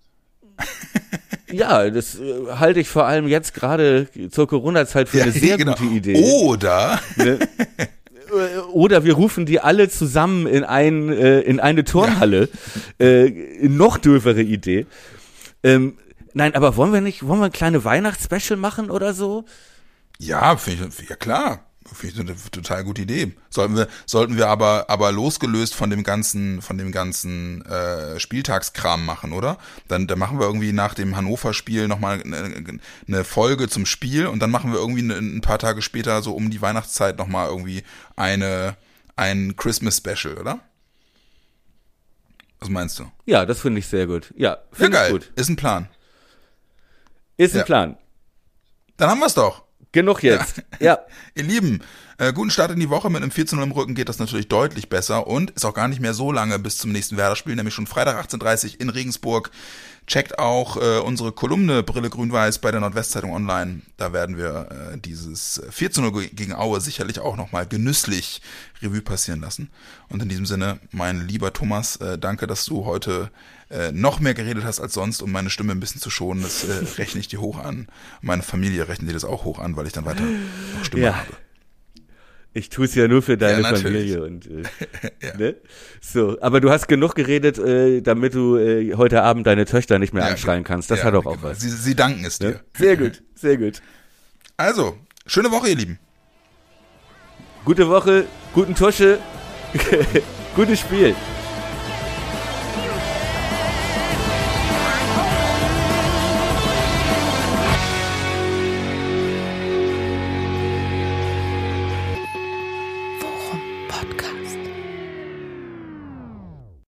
Ja, das äh, halte ich vor allem jetzt gerade zur Corona-Zeit für Ja, eine sehr genau. gute Idee. Oder Ne? Oder wir rufen die alle zusammen in ein äh, in eine Turnhalle. Ja. Äh, noch dürfere Idee. Ähm, nein, aber wollen wir nicht, wollen wir eine kleine Weihnachtsspecial machen oder so? ja, finde ich, ja klar. Finde ich eine total gute Idee. Sollten wir, sollten wir aber, aber losgelöst von dem ganzen, von dem ganzen äh, Spieltagskram machen, oder? Dann, dann machen wir irgendwie nach dem Hannover-Spiel nochmal eine, eine Folge zum Spiel und dann machen wir irgendwie ein paar Tage später, so um die Weihnachtszeit, nochmal irgendwie eine, ein Christmas-Special, oder? Was meinst du? Ja, das finde ich sehr gut. Ja, Ja, finde ich geil. gut. Ist ein Plan. Ist ein Ja. Plan. Dann haben wir's doch. Genug jetzt. Ja. Ihr Lieben, äh, guten Start in die Woche. Mit einem vier zu null im Rücken geht das natürlich deutlich besser und ist auch gar nicht mehr so lange bis zum nächsten Werder-Spiel, nämlich schon Freitag achtzehn Uhr dreißig in Regensburg. Checkt auch äh, unsere Kolumne Brille Grün-Weiß bei der Nordwestzeitung online. Da werden wir äh, dieses vier zu null gegen Aue sicherlich auch nochmal genüsslich Revue passieren lassen. Und in diesem Sinne, mein lieber Thomas, äh, danke, dass du heute äh, noch mehr geredet hast als sonst, um meine Stimme ein bisschen zu schonen. Das äh, rechne ich dir hoch an. Meine Familie rechnet dir das auch hoch an, weil ich dann weiter noch Stimme Ja. habe. Ich tue es ja nur für deine Ja, natürlich. Familie und äh, Ja. ne? So, aber du hast genug geredet, äh, damit du äh, heute Abend deine Töchter nicht mehr Ja, anschreien kannst. Das ja, hat doch auch genau. was. Sie, sie danken es dir. Ne? Sehr gut, sehr gut. Also, schöne Woche, ihr Lieben. Gute Woche, guten Tusche, gutes Spiel.